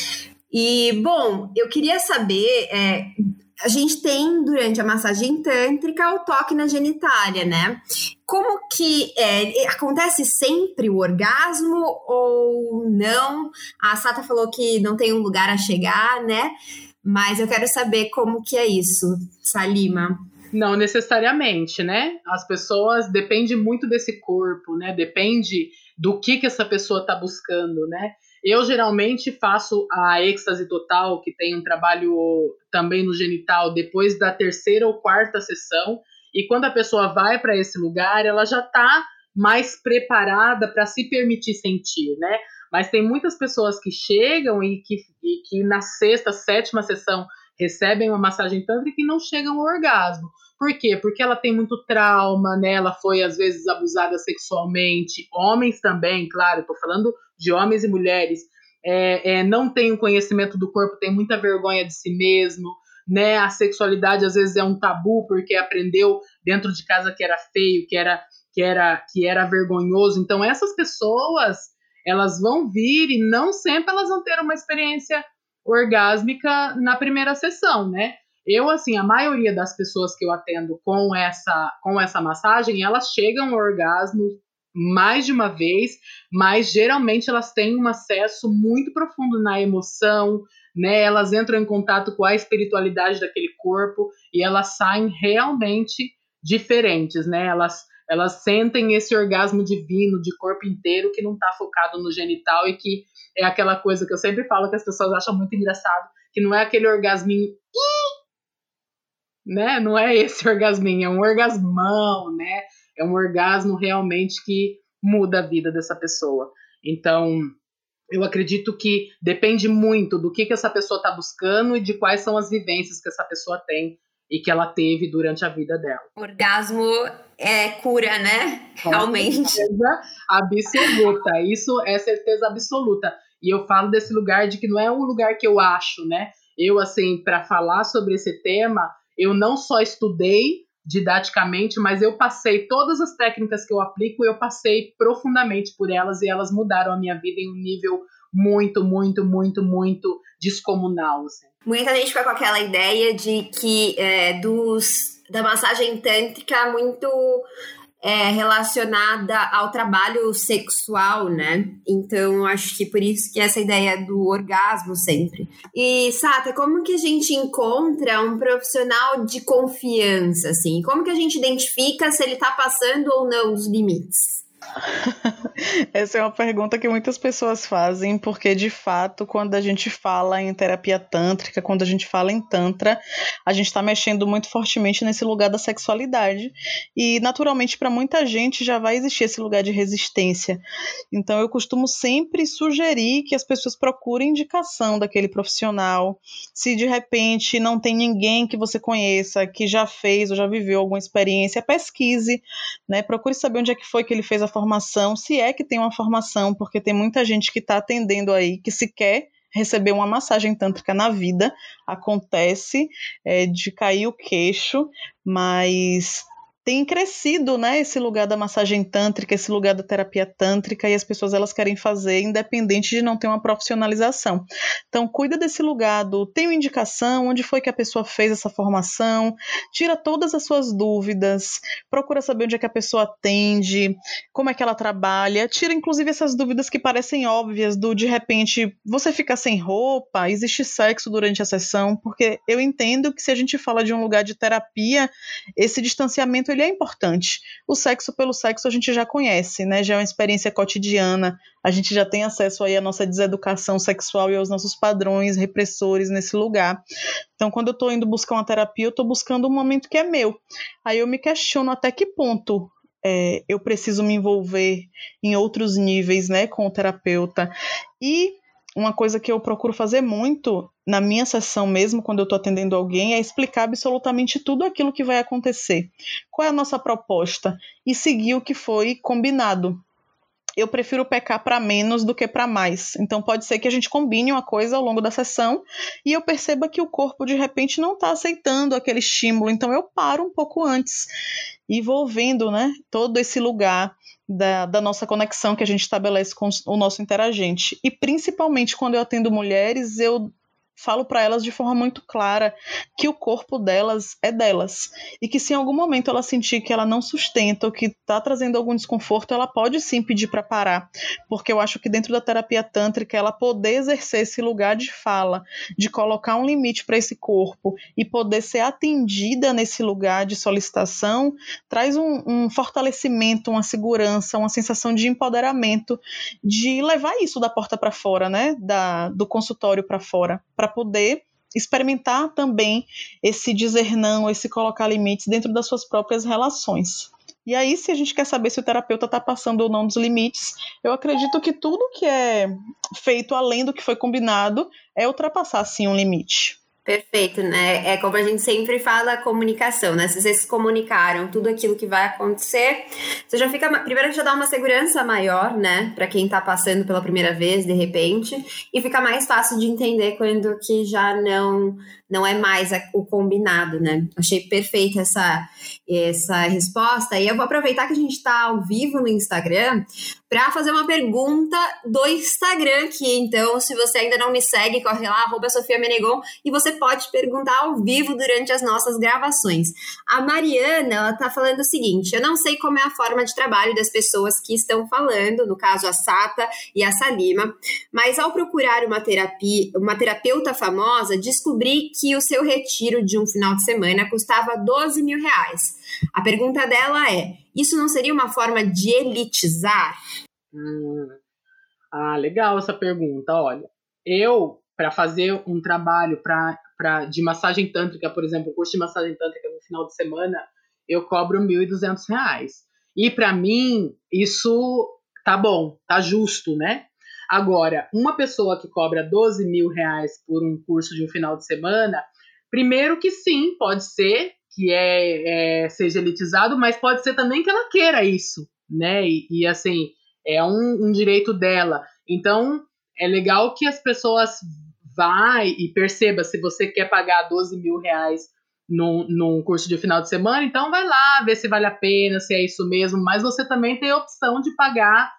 Speaker 1: E, bom, eu queria saber, a gente tem, durante a massagem tântrica, o toque na genitália, né? Como que acontece sempre o orgasmo ou não? A Sata falou que não tem um lugar a chegar, né? Mas eu quero saber como que é isso, Salima.
Speaker 3: Não necessariamente, né? As pessoas, depende muito desse corpo, né? Depende do que essa pessoa está buscando, né? Eu geralmente faço a êxtase total, que tem um trabalho também no genital, depois da 3ª ou 4ª sessão. E quando a pessoa vai para esse lugar, ela já está mais preparada para se permitir sentir, né? Mas tem muitas pessoas que chegam e que na 6ª, 7ª sessão recebem uma massagem tântrica e não chegam ao orgasmo. Por quê? Porque ela tem muito trauma, né? Ela foi, às vezes, abusada sexualmente. Homens também, claro, estou falando de homens e mulheres. Não tem o conhecimento do corpo, tem muita vergonha de si mesmo, né? A sexualidade, às vezes, é um tabu, porque aprendeu dentro de casa que era feio, que era vergonhoso. Então, essas pessoas, elas vão vir e não sempre elas vão ter uma experiência orgásmica na primeira sessão, né? Eu, assim, a maioria das pessoas que eu atendo com essa massagem, elas chegam ao orgasmo mais de uma vez, mas geralmente elas têm um acesso muito profundo na emoção, né? Elas entram em contato com a espiritualidade daquele corpo e elas saem realmente diferentes, né? Elas sentem esse orgasmo divino de corpo inteiro que não está focado no genital e que é aquela coisa que eu sempre falo que as pessoas acham muito engraçado, que não é aquele orgasminho, né? Não é esse orgasminho, é um orgasmão, né? É um orgasmo realmente que muda a vida dessa pessoa. Então, eu acredito que depende muito do que essa pessoa está buscando e de quais são as vivências que essa pessoa tem e que ela teve durante a vida dela.
Speaker 1: Orgasmo é cura, né? Realmente.
Speaker 3: Certeza absoluta. Isso é certeza absoluta. E eu falo desse lugar de que não é um lugar que eu acho, né? Eu, assim, para falar sobre esse tema, eu não só estudei didaticamente, mas eu passei todas as técnicas que eu aplico, eu passei profundamente por elas e elas mudaram a minha vida em um nível muito, muito, muito, muito descomunal, assim.
Speaker 1: Muita gente fica com aquela ideia de que da massagem tântrica muito relacionada ao trabalho sexual, né? Então, eu acho que por isso que essa ideia do orgasmo sempre. E, Sata, como que a gente encontra um profissional de confiança, assim? Como que a gente identifica se ele tá passando ou não os limites?
Speaker 2: Essa é uma pergunta que muitas pessoas fazem, porque de fato, quando a gente fala em terapia tântrica, quando a gente fala em tantra, a gente está mexendo muito fortemente nesse lugar da sexualidade e naturalmente para muita gente já vai existir esse lugar de resistência. Então eu costumo sempre sugerir que as pessoas procurem indicação daquele profissional. Se de repente não tem ninguém que você conheça que já fez ou já viveu alguma experiência, pesquise, né? Procure saber onde é que foi que ele fez a formação, se é que tem uma formação, porque tem muita gente que está atendendo aí, que sequer receber uma massagem tântrica na vida, acontece de cair o queixo, mas tem crescido, né, esse lugar da massagem tântrica, esse lugar da terapia tântrica, e as pessoas elas querem fazer independente de não ter uma profissionalização. Então, cuida desse lugar tem uma indicação, onde foi que a pessoa fez essa formação, tira todas as suas dúvidas, procura saber onde é que a pessoa atende, como é que ela trabalha, tira inclusive essas dúvidas que parecem óbvias, de repente, você fica sem roupa, existe sexo durante a sessão, porque eu entendo que se a gente fala de um lugar de terapia, esse distanciamento ele é importante. O sexo pelo sexo a gente já conhece, né? Já é uma experiência cotidiana, a gente já tem acesso aí à nossa deseducação sexual e aos nossos padrões repressores nesse lugar. Então, quando eu estou indo buscar uma terapia, eu estou buscando um momento que é meu. Aí eu me questiono até que ponto eu preciso me envolver em outros níveis, né, com o terapeuta. E uma coisa que eu procuro fazer muito na minha sessão mesmo, quando eu estou atendendo alguém, é explicar absolutamente tudo aquilo que vai acontecer. Qual é a nossa proposta? E seguir o que foi combinado. Eu prefiro pecar para menos do que para mais. Então pode ser que a gente combine uma coisa ao longo da sessão e eu perceba que o corpo de repente não está aceitando aquele estímulo. Então eu paro um pouco antes e vou vendo, né, todo esse lugar da nossa conexão que a gente estabelece com o nosso interagente. E principalmente quando eu atendo mulheres, eu falo para elas de forma muito clara que o corpo delas é delas e que se em algum momento ela sentir que ela não sustenta ou que está trazendo algum desconforto, ela pode sim pedir para parar, porque eu acho que dentro da terapia tântrica ela poder exercer esse lugar de fala, de colocar um limite para esse corpo e poder ser atendida nesse lugar de solicitação, traz um fortalecimento, uma segurança, uma sensação de empoderamento, de levar isso da porta para fora, né? Do consultório para fora, para poder experimentar também esse dizer não, esse colocar limites dentro das suas próprias relações. E aí, se a gente quer saber se o terapeuta está passando ou não dos limites, eu acredito que tudo que é feito além do que foi combinado é ultrapassar, sim, um limite.
Speaker 1: Perfeito, né? É como a gente sempre fala, a comunicação, né? Se vocês se comunicaram tudo aquilo que vai acontecer, você já fica... Primeiro, já dá uma segurança maior, né? Pra quem tá passando pela primeira vez, de repente. E fica mais fácil de entender quando que já não é mais o combinado, né? Achei perfeita essa resposta. E eu vou aproveitar que a gente tá ao vivo no Instagram para fazer uma pergunta do Instagram aqui. Então, se você ainda não me segue, corre lá, @SofiaMenegon, e você pode perguntar ao vivo durante as nossas gravações. A Mariana, ela tá falando o seguinte: eu não sei como é a forma de trabalho das pessoas que estão falando, no caso a Sata e a Salima, mas ao procurar uma terapeuta famosa, descobri que o seu retiro de um final de semana custava R$12 mil. A pergunta dela é: isso não seria uma forma de elitizar?
Speaker 3: Legal essa pergunta. Olha, eu, para fazer um trabalho de massagem tântrica, por exemplo, um curso de massagem tântrica no final de semana, eu cobro R$1.200. E para mim, isso tá bom, tá justo, né? Agora, uma pessoa que cobra R$12 mil por um curso de um final de semana, primeiro que sim, pode ser que seja elitizado, mas pode ser também que ela queira isso, né? E assim, é um direito dela. Então, é legal que as pessoas vá e perceba se você quer pagar R$12 mil num curso de final de semana, então vai lá, ver se vale a pena, se é isso mesmo, mas você também tem a opção de pagar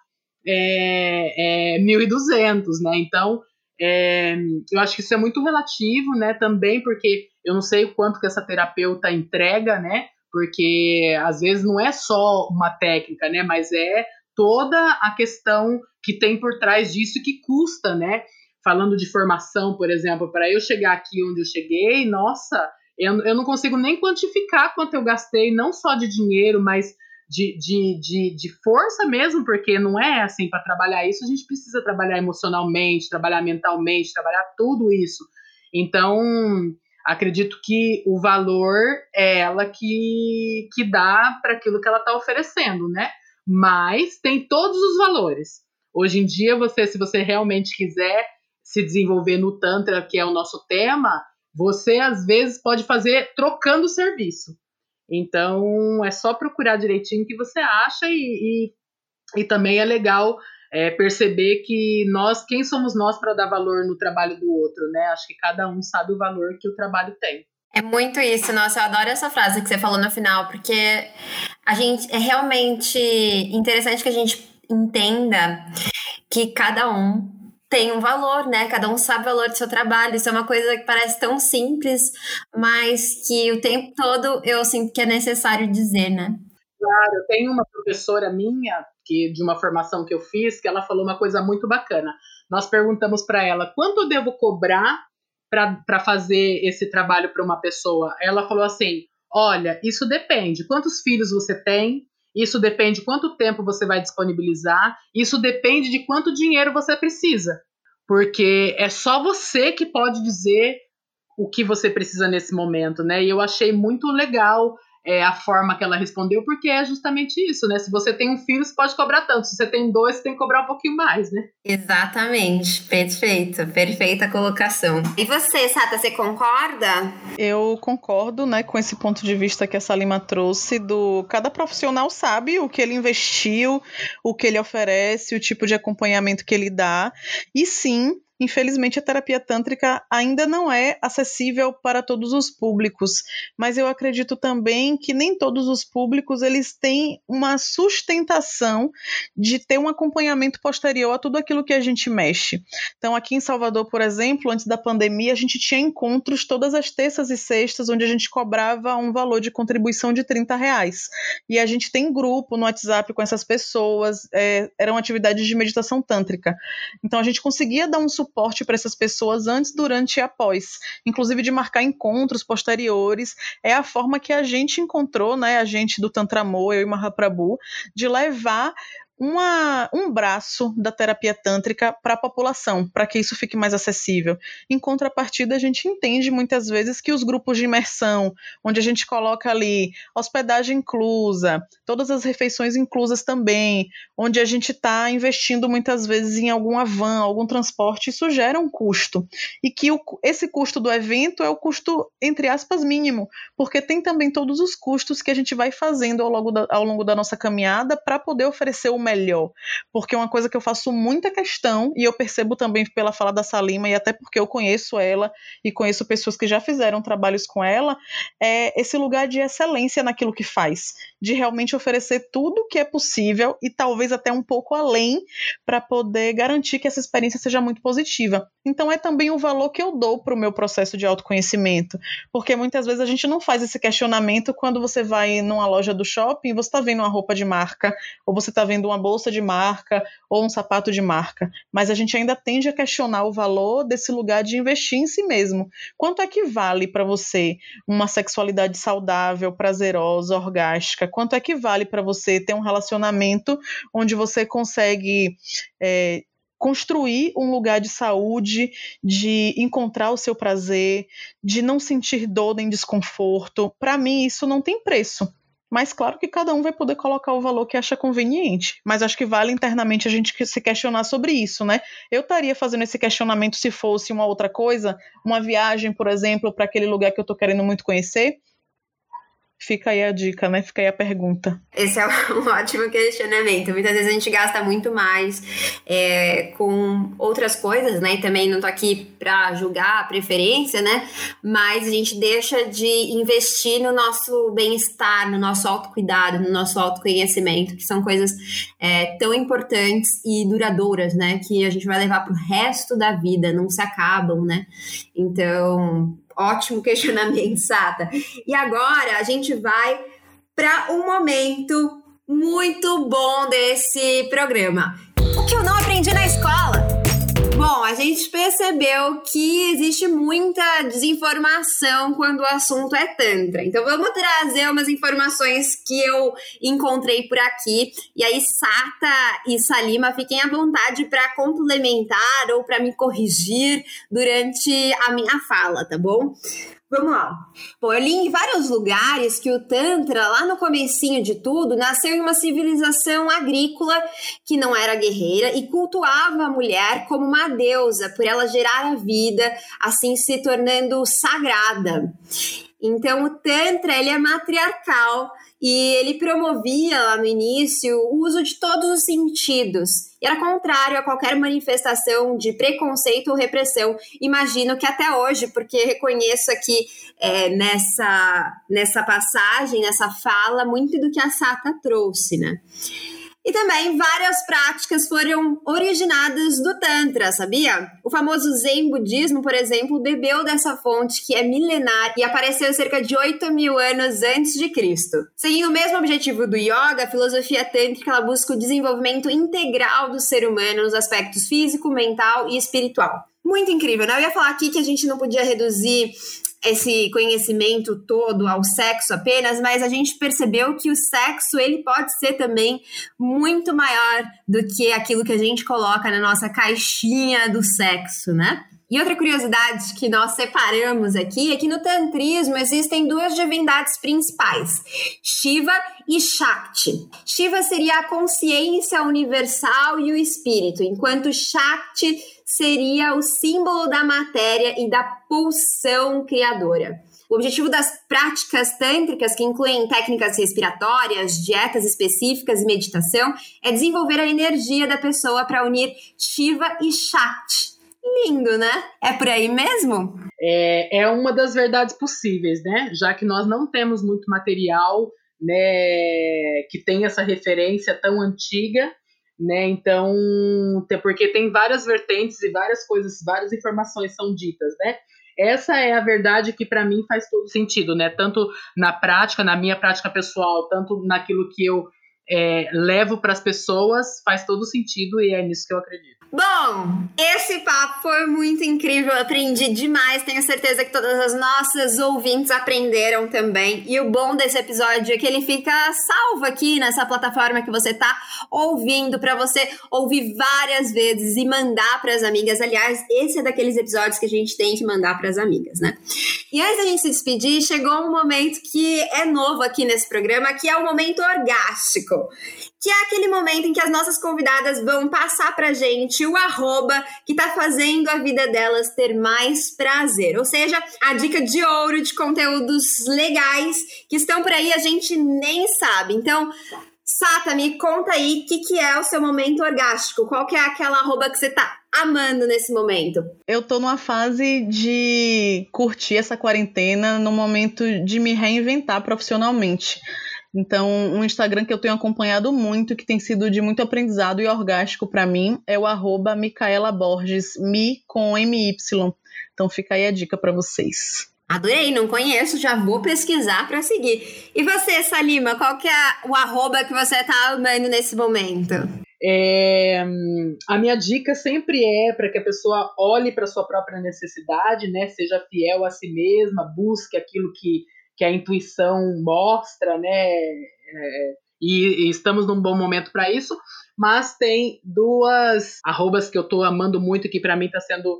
Speaker 3: 1.200, né? Então, eu acho que isso é muito relativo, né? Também porque eu não sei o quanto que essa terapeuta entrega, né? Porque às vezes não é só uma técnica, né? Mas é toda a questão que tem por trás disso e que custa, né? Falando de formação, por exemplo, para eu chegar aqui onde eu cheguei, nossa, eu não consigo nem quantificar quanto eu gastei, não só de dinheiro, mas de força mesmo, porque não é assim, para trabalhar isso a gente precisa trabalhar emocionalmente, trabalhar mentalmente, trabalhar tudo isso. Então, acredito que o valor é ela que dá para aquilo que ela está oferecendo, né? Mas tem todos os valores. Hoje em dia, se você realmente quiser se desenvolver no Tantra, que é o nosso tema, você às vezes pode fazer trocando o serviço. Então, é só procurar direitinho o que você acha e também é legal perceber que quem somos nós para dar valor no trabalho do outro, né? Acho que cada um sabe o valor que o trabalho tem.
Speaker 1: É muito isso, nossa, eu adoro essa frase que você falou no final, porque é realmente interessante que a gente entenda que cada um tem um valor, né? Cada um sabe o valor do seu trabalho. Isso é uma coisa que parece tão simples, mas que o tempo todo eu sinto que é necessário dizer, né?
Speaker 3: Claro, eu tenho uma professora minha, que de uma formação que eu fiz, que ela falou uma coisa muito bacana. Nós perguntamos para ela, quanto eu devo cobrar para fazer esse trabalho para uma pessoa? Ela falou assim, olha, isso depende. Quantos filhos você tem? Isso depende de quanto tempo você vai disponibilizar. Isso depende de quanto dinheiro você precisa. Porque é só você que pode dizer o que você precisa nesse momento, né? E eu achei muito legal a forma que ela respondeu, porque é justamente isso, né? Se você tem um filho, você pode cobrar tanto. Se você tem 2, você tem que cobrar um pouquinho mais, né?
Speaker 1: Exatamente. Perfeito. Perfeita colocação. E você, Sata, você concorda?
Speaker 2: Eu concordo, né, com esse ponto de vista que a Salima trouxe cada profissional sabe o que ele investiu, o que ele oferece, o tipo de acompanhamento que ele dá. E sim, infelizmente, a terapia tântrica ainda não é acessível para todos os públicos, mas eu acredito também que nem todos os públicos eles têm uma sustentação de ter um acompanhamento posterior a tudo aquilo que a gente mexe. Então, aqui em Salvador, por exemplo, antes da pandemia, a gente tinha encontros todas as terças e sextas, onde a gente cobrava um valor de contribuição de R$30. E a gente tem grupo no WhatsApp com essas pessoas, eram atividades de meditação tântrica. Então, a gente conseguia dar um suporte para essas pessoas antes, durante e após, inclusive de marcar encontros posteriores. É a forma que a gente encontrou, né, a gente do Tantra Amor, eu e Mahaprabhu, de levar um braço da terapia tântrica para a população, para que isso fique mais acessível. Em contrapartida, a gente entende muitas vezes que os grupos de imersão, onde a gente coloca ali hospedagem inclusa, todas as refeições inclusas também, onde a gente está investindo muitas vezes em alguma van, algum transporte, isso gera um custo. E que esse custo do evento é o custo, entre aspas, mínimo, porque tem também todos os custos que a gente vai fazendo ao longo da nossa caminhada para poder oferecer o melhor, porque uma coisa que eu faço muita questão, e eu percebo também pela fala da Salima, e até porque eu conheço ela e conheço pessoas que já fizeram trabalhos com ela, é esse lugar de excelência naquilo que faz, de realmente oferecer tudo que é possível e talvez até um pouco além, para poder garantir que essa experiência seja muito positiva. Então é também o valor que eu dou para o meu processo de autoconhecimento, porque muitas vezes a gente não faz esse questionamento quando você vai numa loja do shopping e você está vendo uma roupa de marca, ou você está vendo uma bolsa de marca ou um sapato de marca, mas a gente ainda tende a questionar o valor desse lugar de investir em si mesmo. Quanto é que vale para você uma sexualidade saudável, prazerosa, orgástica? Quanto é que vale para você ter um relacionamento onde você consegue construir um lugar de saúde, de encontrar o seu prazer, de não sentir dor nem desconforto? Para mim, isso não tem preço. Mas claro que cada um vai poder colocar o valor que acha conveniente. Mas acho que vale internamente a gente se questionar sobre isso, né? Eu estaria fazendo esse questionamento se fosse uma outra coisa, uma viagem, por exemplo, para aquele lugar que eu estou querendo muito conhecer. Fica aí a dica, né? Fica aí a pergunta.
Speaker 1: Esse é um ótimo questionamento. Muitas vezes a gente gasta muito mais com outras coisas, né? E também não tô aqui para julgar a preferência, né? Mas a gente deixa de investir no nosso bem-estar, no nosso autocuidado, no nosso autoconhecimento, que são coisas tão importantes e duradouras, né? Que a gente vai levar pro resto da vida, não se acabam, né? Então, ótimo questionamento, Sata. E agora a gente vai para um momento muito bom desse programa. O que eu não aprendi na escola? Bom, a gente percebeu que existe muita desinformação quando o assunto é Tantra. Então vamos trazer umas informações que eu encontrei por aqui. E aí, Sata e Salima, fiquem à vontade para complementar ou para me corrigir durante a minha fala, tá bom? Vamos lá. Bom, eu li em vários lugares que o Tantra, lá no comecinho de tudo, nasceu em uma civilização agrícola que não era guerreira e cultuava a mulher como uma deusa, por ela gerar a vida, assim se tornando sagrada. Então, o Tantra, ele é matriarcal e ele promovia lá no início o uso de todos os sentidos. E era contrário a qualquer manifestação de preconceito ou repressão. Imagino que até hoje, porque reconheço aqui nessa passagem, nessa fala, muito do que a Sata trouxe, né? E também várias práticas foram originadas do Tantra, sabia? O famoso Zen budismo, por exemplo, bebeu dessa fonte que é milenar e apareceu cerca de 8.000 anos antes de Cristo. Seguindo o mesmo objetivo do yoga, a filosofia tântrica ela busca o desenvolvimento integral do ser humano nos aspectos físico, mental e espiritual. Muito incrível, né? Eu ia falar aqui que a gente não podia reduzir esse conhecimento todo ao sexo apenas, mas a gente percebeu que o sexo ele pode ser também muito maior do que aquilo que a gente coloca na nossa caixinha do sexo, né? E outra curiosidade que nós separamos aqui é que no tantrismo existem duas divindades principais, Shiva e Shakti. Shiva seria a consciência universal e o espírito, enquanto Shakti seria o símbolo da matéria e da pulsão criadora. O objetivo das práticas tântricas, que incluem técnicas respiratórias, dietas específicas e meditação, é desenvolver a energia da pessoa para unir Shiva e Shakti. Lindo, né? É por aí mesmo?
Speaker 3: É uma das verdades possíveis, né? Já que nós não temos muito material, né, que tem essa referência tão antiga, né? Então, porque tem várias vertentes e várias coisas, várias informações são ditas, né? Essa é a verdade que para mim faz todo sentido, né? Tanto na prática, na minha prática pessoal, tanto naquilo que eu levo para as pessoas, faz todo sentido e é nisso que eu acredito.
Speaker 1: Bom, esse papo foi muito incrível, eu aprendi demais, tenho certeza que todas as nossas ouvintes aprenderam também. E o bom desse episódio é que ele fica salvo aqui nessa plataforma que você tá ouvindo, para você ouvir várias vezes e mandar para as amigas. Aliás, esse é daqueles episódios que a gente tem que mandar para as amigas, né? E antes da gente se despedir, chegou um momento que é novo aqui nesse programa, que é o momento orgástico, que é aquele momento em que as nossas convidadas vão passar pra gente o arroba que tá fazendo a vida delas ter mais prazer. Ou seja, a dica de ouro de conteúdos legais que estão por aí e a gente nem sabe. Então, Sata, me conta aí o que é o seu momento orgástico. Qual que é aquela arroba que você tá amando nesse momento?
Speaker 2: Eu tô numa fase de curtir essa quarentena, no momento de me reinventar profissionalmente. Então, um Instagram que eu tenho acompanhado muito, que tem sido de muito aprendizado e orgástico para mim, é o arroba Micaela Borges, Mi com MY. Então fica aí a dica para vocês.
Speaker 1: Adorei, não conheço, já vou pesquisar para seguir. E você, Salima, qual que é o arroba que você tá amando nesse momento?
Speaker 3: A minha dica sempre é para que a pessoa olhe para sua própria necessidade, né? Seja fiel a si mesma, busque aquilo que a intuição mostra, né? E estamos num bom momento para isso, mas tem duas arrobas que eu tô amando muito, que para mim está sendo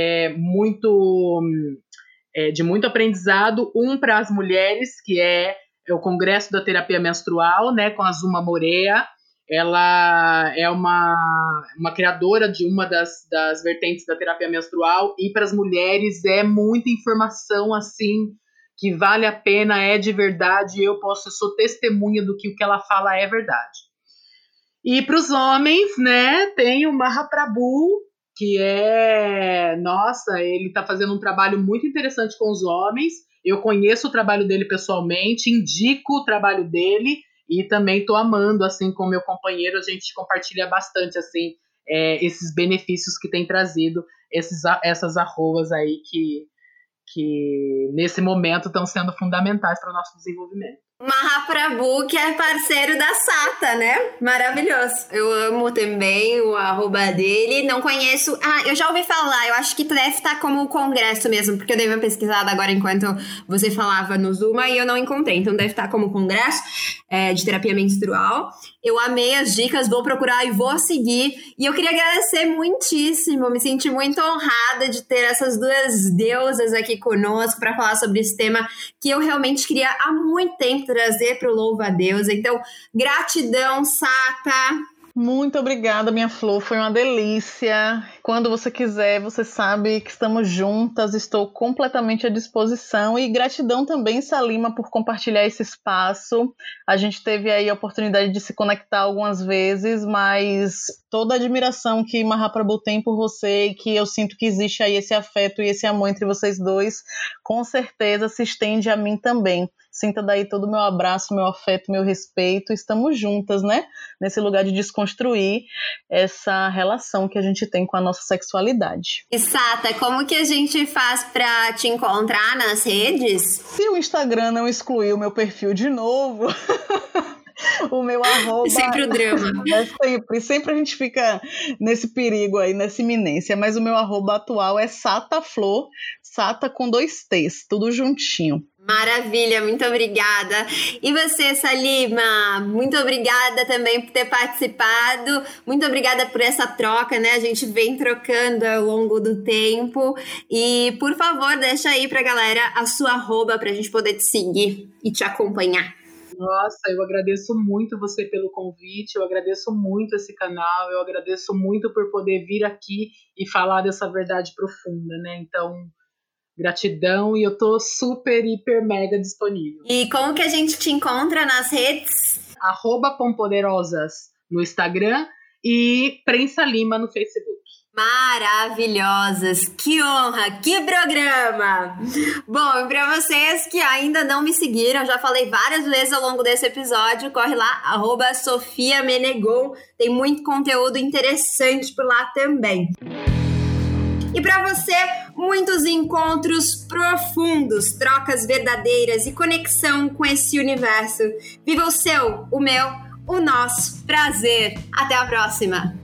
Speaker 3: de muito aprendizado. Um para as mulheres, que é o Congresso da Terapia Menstrual, né, com a Zuma Morea. Ela é uma criadora de uma das vertentes da terapia menstrual, e para as mulheres é muita informação assim, que vale a pena, é de verdade, eu sou testemunha do que o que ela fala é verdade. E para os homens, né, tem o Mahaprabhu, que ele está fazendo um trabalho muito interessante com os homens. Eu conheço o trabalho dele pessoalmente, indico o trabalho dele e também estou amando, assim, com o meu companheiro, a gente compartilha bastante, assim, esses benefícios que tem trazido, essas arrobas aí que nesse momento estão sendo fundamentais para o nosso desenvolvimento.
Speaker 1: Mahaprabhu, que é parceiro da Sata, né? Maravilhoso. Eu amo também o arroba dele. Não conheço. Eu já ouvi falar. Eu acho que deve estar como congresso mesmo, porque eu dei uma pesquisada agora enquanto você falava no Zuma e eu não encontrei. Então deve estar como congresso de terapia menstrual. Eu amei as dicas, vou procurar e vou seguir. E eu queria agradecer muitíssimo. Me senti muito honrada de ter essas duas deusas aqui conosco para falar sobre esse tema que eu realmente queria há muito tempo trazer para o Louva a Deus. Então, gratidão, Sata.
Speaker 2: Muito obrigada, minha flor, foi uma delícia. Quando você quiser, você sabe que estamos juntas, estou completamente à disposição. E gratidão também, Salima, por compartilhar esse espaço. A gente teve aí a oportunidade de se conectar algumas vezes, mas toda a admiração que Mahaprabhu tem por você e que eu sinto que existe aí esse afeto e esse amor entre vocês dois, com certeza se estende a mim também. Sinta daí todo o meu abraço, meu afeto, meu respeito. Estamos juntas, né? Nesse lugar de desconstruir essa relação que a gente tem com a nossa sexualidade.
Speaker 1: E Sata, como que a gente faz pra te encontrar nas redes?
Speaker 2: Se o Instagram não excluiu o meu perfil de novo... O meu arroba...
Speaker 1: Sempre o drama.
Speaker 2: Sempre a gente fica nesse perigo aí, nessa iminência. Mas o meu arroba atual é SataFlor, Sata com 2 T's, tudo juntinho.
Speaker 1: Maravilha, muito obrigada. E você, Salima, muito obrigada também por ter participado. Muito obrigada por essa troca, né? A gente vem trocando ao longo do tempo. E, por favor, deixa aí pra galera a sua arroba pra gente poder te seguir e te acompanhar.
Speaker 3: Nossa, eu agradeço muito você pelo convite, eu agradeço muito esse canal, eu agradeço muito por poder vir aqui e falar dessa verdade profunda, né? Então, gratidão, e eu tô super, hiper, mega disponível.
Speaker 1: E como que a gente te encontra nas redes?
Speaker 3: @pompoderosas no Instagram e Prensa Lima no Facebook.
Speaker 1: Maravilhosas, que honra, que programa! Bom, e para vocês que ainda não me seguiram, já falei várias vezes ao longo desse episódio, corre lá, @Sofia Menegon, tem muito conteúdo interessante por lá também. E para você, muitos encontros profundos, trocas verdadeiras e conexão com esse universo. Viva o seu, o meu, o nosso prazer. Até a próxima!